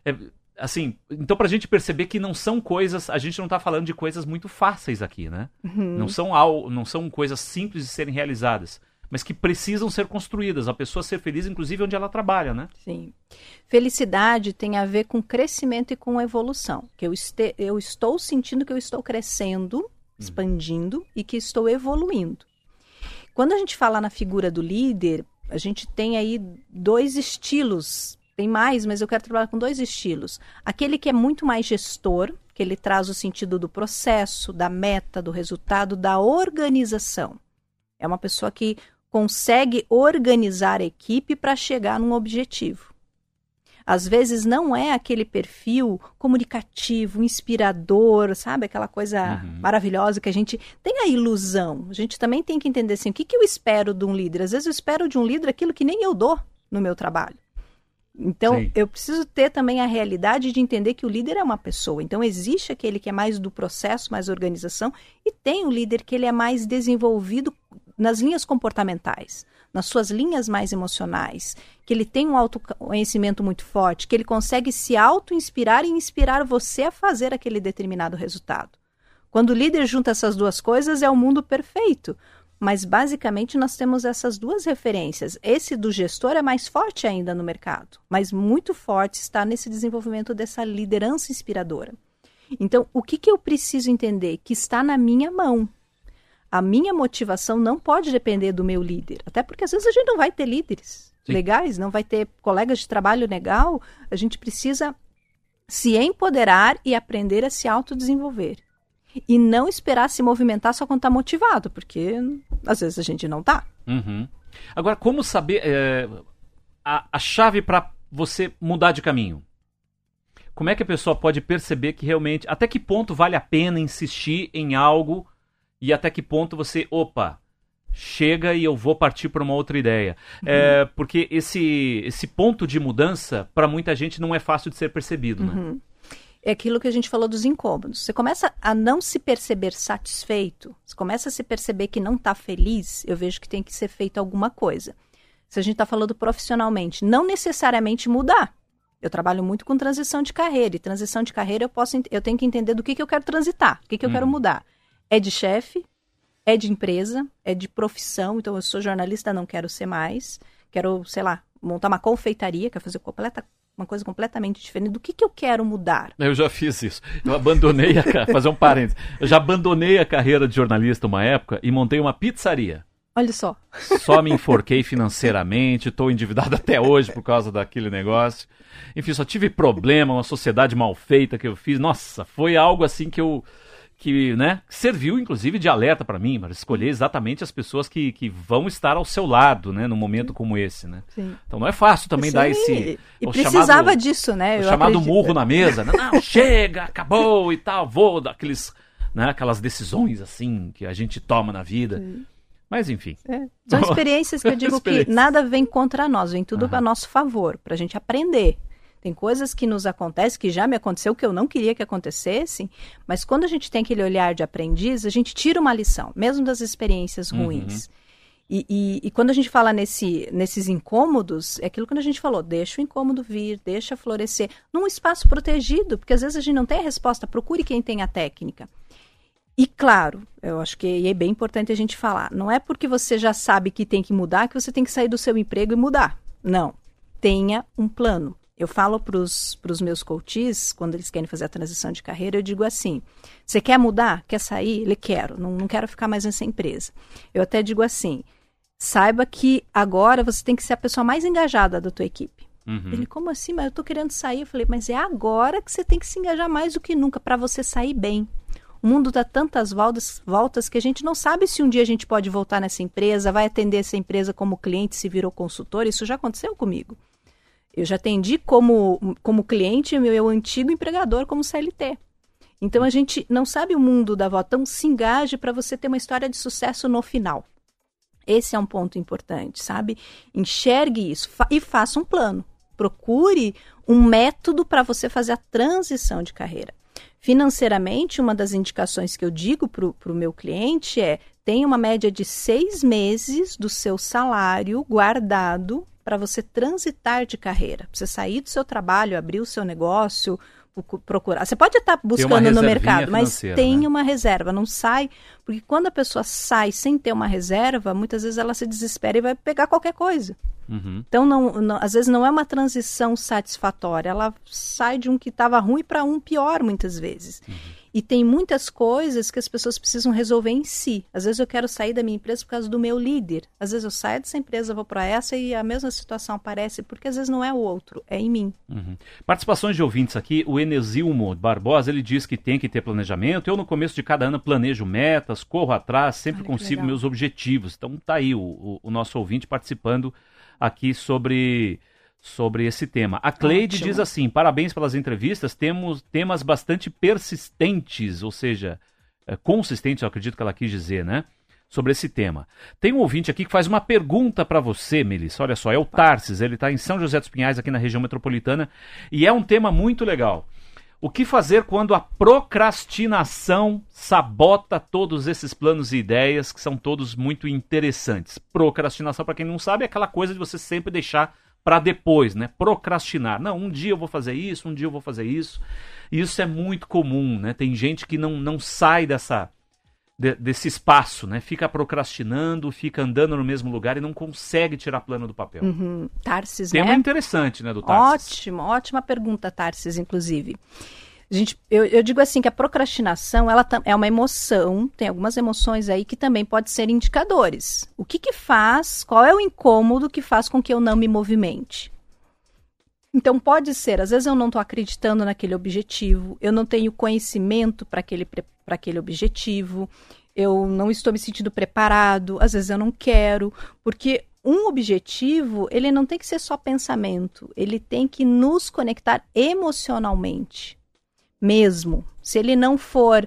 Speaker 2: Assim, então pra gente perceber que não são coisas, a gente não tá falando de coisas muito fáceis aqui, né? Uhum. Não são coisas simples de serem realizadas, mas que precisam ser construídas, a pessoa ser feliz, inclusive, onde ela trabalha, né?
Speaker 3: Sim. Felicidade tem a ver com crescimento e com evolução. Que eu estou sentindo que eu estou crescendo, expandindo e que estou evoluindo. Quando a gente fala na figura do líder, a gente tem aí 2 estilos. Tem mais, mas eu quero trabalhar com 2 estilos. Aquele que é muito mais gestor, que ele traz o sentido do processo, da meta, do resultado, da organização. É uma pessoa que consegue organizar a equipe para chegar num objetivo. Às vezes não é aquele perfil comunicativo, inspirador, sabe? Aquela coisa maravilhosa que a gente tem a ilusão. A gente também tem que entender assim, o que eu espero de um líder? Às vezes eu espero de um líder aquilo que nem eu dou no meu trabalho. Então, sim, eu preciso ter também a realidade de entender que o líder é uma pessoa. Então, existe aquele que é mais do processo, mais organização, e tem o líder que ele é mais desenvolvido nas linhas comportamentais, nas suas linhas mais emocionais, que ele tem um autoconhecimento muito forte, que ele consegue se auto-inspirar e inspirar você a fazer aquele determinado resultado. Quando o líder junta essas 2 coisas, é o mundo perfeito. Mas, basicamente, nós temos essas 2 referências. Esse do gestor é mais forte ainda no mercado, mas muito forte está nesse desenvolvimento dessa liderança inspiradora. Então, o que eu preciso entender? Que está na minha mão. A minha motivação não pode depender do meu líder. Até porque às vezes a gente não vai ter líderes legais, não vai ter colegas de trabalho legal. A gente precisa se empoderar e aprender a se autodesenvolver. E não esperar se movimentar só quando está motivado, porque às vezes a gente não está.
Speaker 2: Uhum. Agora, como saber a chave para você mudar de caminho? Como é que a pessoa pode perceber que realmente, até que ponto vale a pena insistir em algo e até que ponto você, chega e eu vou partir para uma outra ideia? Porque esse ponto de mudança, para muita gente, não é fácil de ser percebido, né?
Speaker 3: É aquilo que a gente falou dos incômodos. Você começa a não se perceber satisfeito, você começa a se perceber que não está feliz, eu vejo que tem que ser feito alguma coisa. Se a gente está falando profissionalmente, não necessariamente mudar. Eu trabalho muito com transição de carreira, e transição de carreira eu tenho que entender do que eu quero transitar, o que eu quero mudar. É de chefe, é de empresa, é de profissão, então eu sou jornalista, não quero ser mais, quero, sei lá, montar uma confeitaria, quero fazer uma coisa completamente diferente. Do que eu quero mudar?
Speaker 2: Eu já fiz isso. Eu abandonei, fazer um parênteses, eu já abandonei a carreira de jornalista uma época e montei uma pizzaria.
Speaker 3: Olha só.
Speaker 2: Só me enforquei financeiramente, estou endividado até hoje por causa daquele negócio. Enfim, só tive problema, uma sociedade mal feita que eu fiz. Nossa, foi algo assim que serviu inclusive de alerta para mim, para escolher exatamente as pessoas que vão estar ao seu lado, né, num momento como esse, né?
Speaker 3: Sim.
Speaker 2: Então não é fácil também dar esse...
Speaker 3: E precisava disso, né?
Speaker 2: O chamado murro na mesa, né? Não, chega, acabou e tal, vou dar aquelas decisões assim que a gente toma na vida.
Speaker 3: Sim.
Speaker 2: Mas enfim.
Speaker 3: São experiências que eu digo que nada vem contra nós, vem tudo a nosso favor, pra gente aprender. Tem coisas que nos acontecem, que já me aconteceu, que eu não queria que acontecessem, mas quando a gente tem aquele olhar de aprendiz, a gente tira uma lição, mesmo das experiências ruins. E quando a gente fala nesses incômodos, é aquilo que a gente falou, deixa o incômodo vir, deixa florescer, num espaço protegido, porque às vezes a gente não tem a resposta, procure quem tem a técnica. E claro, eu acho que é bem importante a gente falar, não é porque você já sabe que tem que mudar, que você tem que sair do seu emprego e mudar. Não, tenha um plano. Eu falo para os meus coaches, quando eles querem fazer a transição de carreira, eu digo assim, você quer mudar? Quer sair? Ele quero, não quero ficar mais nessa empresa. Eu até digo assim, saiba que agora você tem que ser a pessoa mais engajada da tua equipe. Ele, como assim? Mas eu estou querendo sair. Eu falei, mas é agora que você tem que se engajar mais do que nunca, para você sair bem. O mundo dá tantas voltas que a gente não sabe se um dia a gente pode voltar nessa empresa, vai atender essa empresa como cliente, se virou consultor. Isso já aconteceu comigo. Eu já atendi como cliente meu antigo empregador como CLT. Então a gente não sabe o mundo da volta, então se engaje para você ter uma história de sucesso no final. Esse é um ponto importante, sabe? Enxergue isso e faça um plano. Procure um método para você fazer a transição de carreira. Financeiramente, uma das indicações que eu digo para o meu cliente é: tenha uma média de 6 meses do seu salário guardado para você transitar de carreira. Para você sair do seu trabalho, abrir o seu negócio, procurar. Você pode estar buscando no mercado, mas tem uma reserva, não sai. Porque quando a pessoa sai sem ter uma reserva, muitas vezes ela se desespera e vai pegar qualquer coisa. Então, às vezes não é uma transição satisfatória, ela sai de um que estava ruim para um pior, muitas vezes. E tem muitas coisas que as pessoas precisam resolver em si. Às vezes eu quero sair da minha empresa por causa do meu líder. Às vezes eu saio dessa empresa, vou para essa e a mesma situação aparece, porque às vezes não é o outro, é em mim.
Speaker 2: Participações de ouvintes aqui, o Enesilmo Barbosa, ele diz que tem que ter planejamento. Eu no começo de cada ano planejo metas, corro atrás, sempre consigo meus objetivos. Então tá aí o nosso ouvinte participando aqui sobre esse tema. A Cleide diz assim: parabéns pelas entrevistas, temos temas bastante persistentes, ou seja, consistentes, eu acredito que ela quis dizer, né? Sobre esse tema. Tem um ouvinte aqui que faz uma pergunta para você, Melissa. Olha só, é o Tarsis, ele está em São José dos Pinhais, aqui na região metropolitana, e é um tema muito legal. O que fazer quando a procrastinação sabota todos esses planos e ideias que são todos muito interessantes? Procrastinação, para quem não sabe, é aquela coisa de você sempre deixar para depois, né? Procrastinar. Não, um dia eu vou fazer isso, um dia eu vou fazer isso. E isso é muito comum, né? Tem gente que não sai desse espaço, né? Fica procrastinando, fica andando no mesmo lugar e não consegue tirar plano do papel.
Speaker 3: Tarsis,
Speaker 2: Tema
Speaker 3: né?
Speaker 2: interessante, né, do Tarsis?
Speaker 3: Ótima pergunta, Tarsis, inclusive. Eu digo assim que a procrastinação ela é uma emoção, tem algumas emoções aí que também podem ser indicadores. O que faz, qual é o incômodo que faz com que eu não me movimente? Então pode ser, às vezes eu não estou acreditando naquele objetivo, eu não tenho conhecimento para aquele objetivo, eu não estou me sentindo preparado, às vezes eu não quero, porque um objetivo, ele não tem que ser só pensamento, ele tem que nos conectar emocionalmente. Mesmo, se ele não for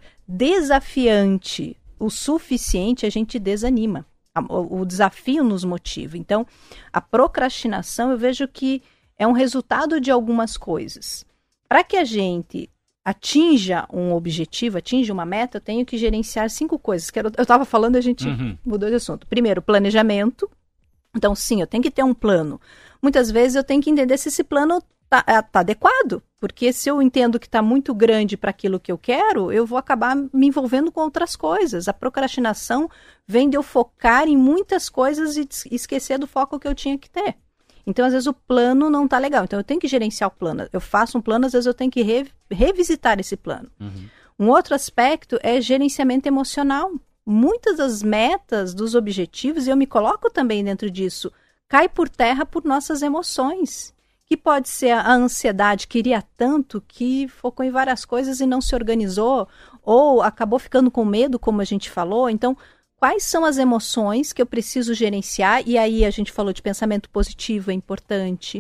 Speaker 3: desafiante o suficiente, a gente desanima. O desafio nos motiva. Então, a procrastinação, eu vejo que é um resultado de algumas coisas. Para que a gente atinja um objetivo, atinja uma meta, eu tenho que gerenciar 5 coisas. Eu estava falando e a gente mudou de assunto. Primeiro, planejamento. Então, sim, eu tenho que ter um plano. Muitas vezes eu tenho que entender se esse plano tá adequado, porque se eu entendo que está muito grande para aquilo que eu quero, eu vou acabar me envolvendo com outras coisas. A procrastinação vem de eu focar em muitas coisas e esquecer do foco que eu tinha que ter. Então, às vezes, o plano não está legal. Então, eu tenho que gerenciar o plano. Eu faço um plano, às vezes eu tenho que revisitar esse plano. Um outro aspecto é gerenciamento emocional. Muitas das metas, dos objetivos, e eu me coloco também dentro disso, cai por terra por nossas emoções. Que pode ser a ansiedade, queria tanto que focou em várias coisas e não se organizou, ou acabou ficando com medo, como a gente falou. Então, quais são as emoções que eu preciso gerenciar? E aí a gente falou de pensamento positivo, é importante.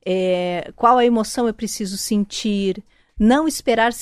Speaker 3: Qual a emoção eu preciso sentir? Não esperar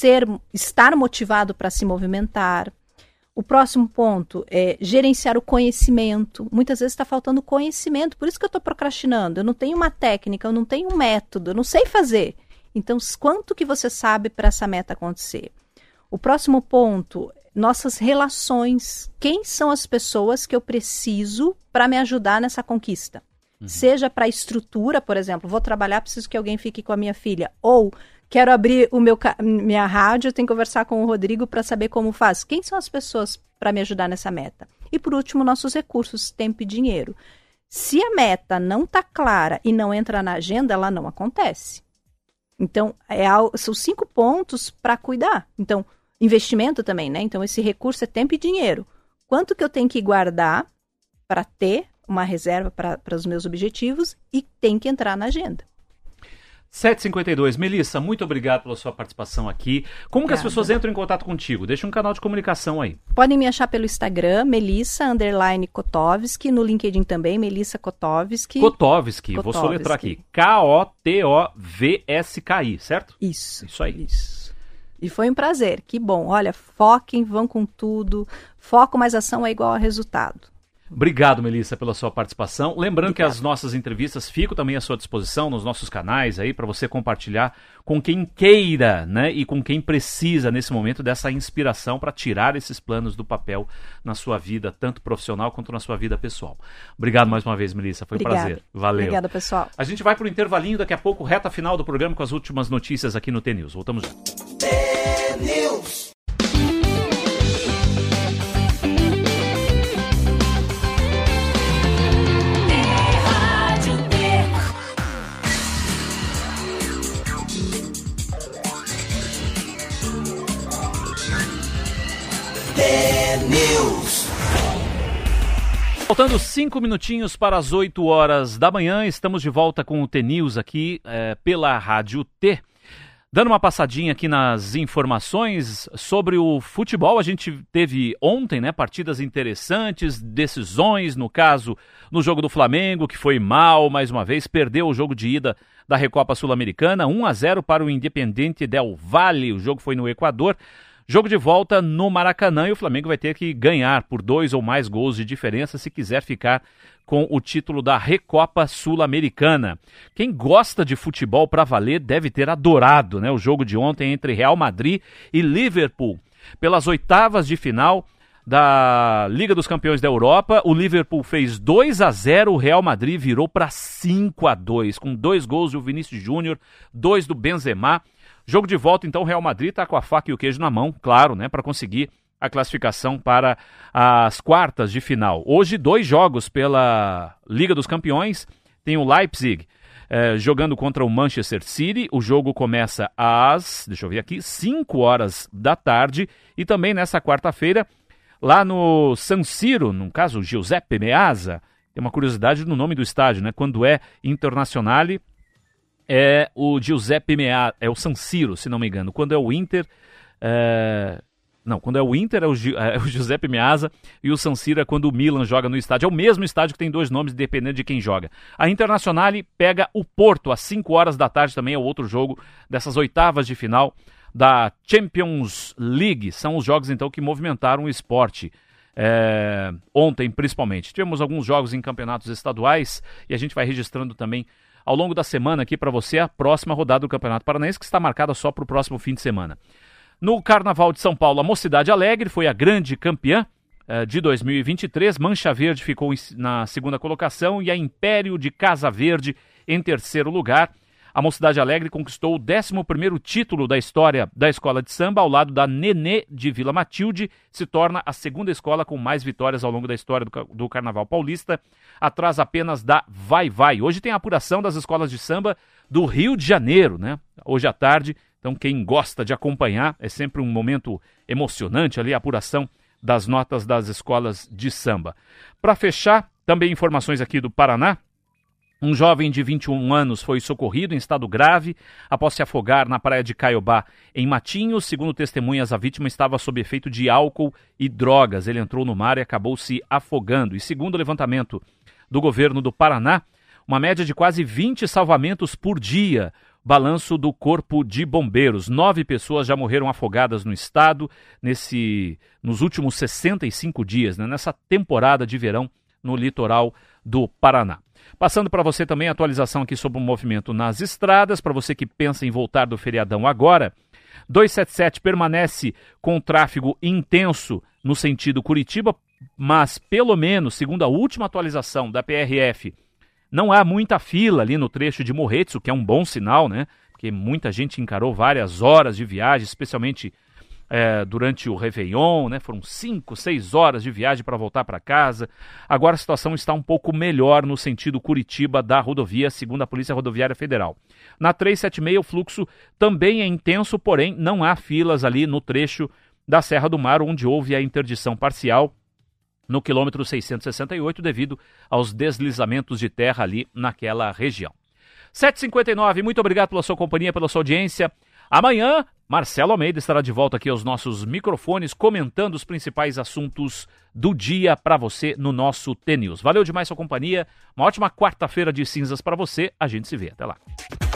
Speaker 3: estar motivado para se movimentar. O próximo ponto é gerenciar o conhecimento. Muitas vezes está faltando conhecimento, por isso que eu estou procrastinando. Eu não tenho uma técnica, eu não tenho um método, eu não sei fazer. Então, quanto que você sabe para essa meta acontecer? O próximo ponto, nossas relações. Quem são as pessoas que eu preciso para me ajudar nessa conquista? Seja para estrutura, por exemplo, vou trabalhar, preciso que alguém fique com a minha filha. Ou quero abrir minha rádio, tenho que conversar com o Rodrigo para saber como faz. Quem são as pessoas para me ajudar nessa meta? E por último, nossos recursos, tempo e dinheiro. Se a meta não está clara e não entra na agenda, ela não acontece. Então, são 5 pontos para cuidar. Então, investimento também, né? Então, esse recurso é tempo e dinheiro. Quanto que eu tenho que guardar para ter uma reserva para os meus objetivos e tem que entrar na agenda.
Speaker 2: 7h52. Melissa, muito obrigado pela sua participação aqui. Como que as pessoas entram em contato contigo? Deixa um canal de comunicação aí.
Speaker 3: Podem me achar pelo Instagram, Melissa_Kotovski, no LinkedIn também, Melissa Kotovski.
Speaker 2: Kotovski, vou soletrar aqui. Kotovski, certo?
Speaker 3: Isso.
Speaker 2: Isso aí.
Speaker 3: Isso. E foi um prazer, que bom. Olha, foquem, vão com tudo. Foco mais ação é igual a resultado.
Speaker 2: Obrigado, Melissa, pela sua participação. Lembrando que as nossas entrevistas ficam também à sua disposição nos nossos canais aí para você compartilhar com quem queira, né, e com quem precisa nesse momento dessa inspiração para tirar esses planos do papel na sua vida, tanto profissional quanto na sua vida pessoal. Obrigado mais uma vez, Melissa, foi um prazer. Valeu.
Speaker 3: Obrigada, pessoal.
Speaker 2: A gente vai para o intervalinho, daqui a pouco, reta final do programa com as últimas notícias aqui no T-News. Voltamos já.
Speaker 1: T-News. T-News.
Speaker 2: Faltando 5 minutinhos para as 8 horas da manhã, estamos de volta com o T-News aqui pela Rádio T. Dando uma passadinha aqui nas informações sobre o futebol, a gente teve ontem, né, partidas interessantes, decisões, no caso, no jogo do Flamengo, que foi mal, mais uma vez, perdeu o jogo de ida da Recopa Sul-Americana, 1-0 para o Independiente del Valle, o jogo foi no Equador. Jogo de volta no Maracanã e o Flamengo vai ter que ganhar por 2 ou mais gols de diferença se quiser ficar com o título da Recopa Sul-Americana. Quem gosta de futebol para valer deve ter adorado, né, o jogo de ontem entre Real Madrid e Liverpool. Pelas oitavas de final da Liga dos Campeões da Europa, o Liverpool fez 2-0, o Real Madrid virou para 5-2, com 2 gols do Vinícius Júnior, 2 do Benzema. Jogo de volta, então, o Real Madrid está com a faca e o queijo na mão, claro, né, para conseguir a classificação para as quartas de final. Hoje, 2 jogos pela Liga dos Campeões. Tem o Leipzig jogando contra o Manchester City. O jogo começa às, 5 horas da tarde. E também nessa quarta-feira, lá no San Siro, no caso Giuseppe Meazza, tem uma curiosidade no nome do estádio, né? Quando é Internazionale, é o Giuseppe Meazza, é o San Siro, se não me engano. Quando é o Inter, quando é o Inter é o Giuseppe Meazza, e o San Siro é quando o Milan joga no estádio. É o mesmo estádio que tem 2 nomes, dependendo de quem joga. A Internazionale pega o Porto às 5 horas da tarde, também é outro jogo dessas oitavas de final da Champions League. São os jogos, então, que movimentaram o esporte. Ontem, principalmente. Tivemos alguns jogos em campeonatos estaduais e a gente vai registrando também ao longo da semana aqui para você a próxima rodada do Campeonato Paranaense, que está marcada só para o próximo fim de semana. No Carnaval de São Paulo, a Mocidade Alegre foi a grande campeã de 2023. Mancha Verde ficou na segunda colocação e a Império de Casa Verde em terceiro lugar. A Mocidade Alegre conquistou o 11º título da história da escola de samba, ao lado da Nenê de Vila Matilde, se torna a segunda escola com mais vitórias ao longo da história do Carnaval Paulista, atrás apenas da Vai Vai. Hoje tem a apuração das escolas de samba do Rio de Janeiro, né? Hoje à tarde, então quem gosta de acompanhar, é sempre um momento emocionante ali, a apuração das notas das escolas de samba. Para fechar, também informações aqui do Paraná. Um jovem de 21 anos foi socorrido em estado grave após se afogar na praia de Caiobá, em Matinhos. Segundo testemunhas, a vítima estava sob efeito de álcool e drogas. Ele entrou no mar e acabou se afogando. E segundo o levantamento do governo do Paraná, uma média de quase 20 salvamentos por dia. Balanço do Corpo de Bombeiros. 9 pessoas já morreram afogadas no estado nos últimos 65 dias, né, nessa temporada de verão no litoral do Paraná. Passando para você também a atualização aqui sobre o movimento nas estradas, para você que pensa em voltar do feriadão agora. 277 permanece com tráfego intenso no sentido Curitiba, mas pelo menos, segundo a última atualização da PRF, não há muita fila ali no trecho de Morretes, o que é um bom sinal, né? Porque muita gente encarou várias horas de viagem, especialmente durante o Réveillon, né? Foram 5, 6 horas de viagem para voltar para casa. Agora a situação está um pouco melhor no sentido Curitiba da rodovia, segundo a Polícia Rodoviária Federal. Na 376 o fluxo também é intenso, porém não há filas ali no trecho da Serra do Mar, onde houve a interdição parcial no quilômetro 668, devido aos deslizamentos de terra ali naquela região. 7h59, muito obrigado pela sua companhia, pela sua audiência. Amanhã, Marcelo Almeida estará de volta aqui aos nossos microfones, comentando os principais assuntos do dia para você no nosso T-News. Valeu demais sua companhia, uma ótima quarta-feira de cinzas para você, a gente se vê, até lá.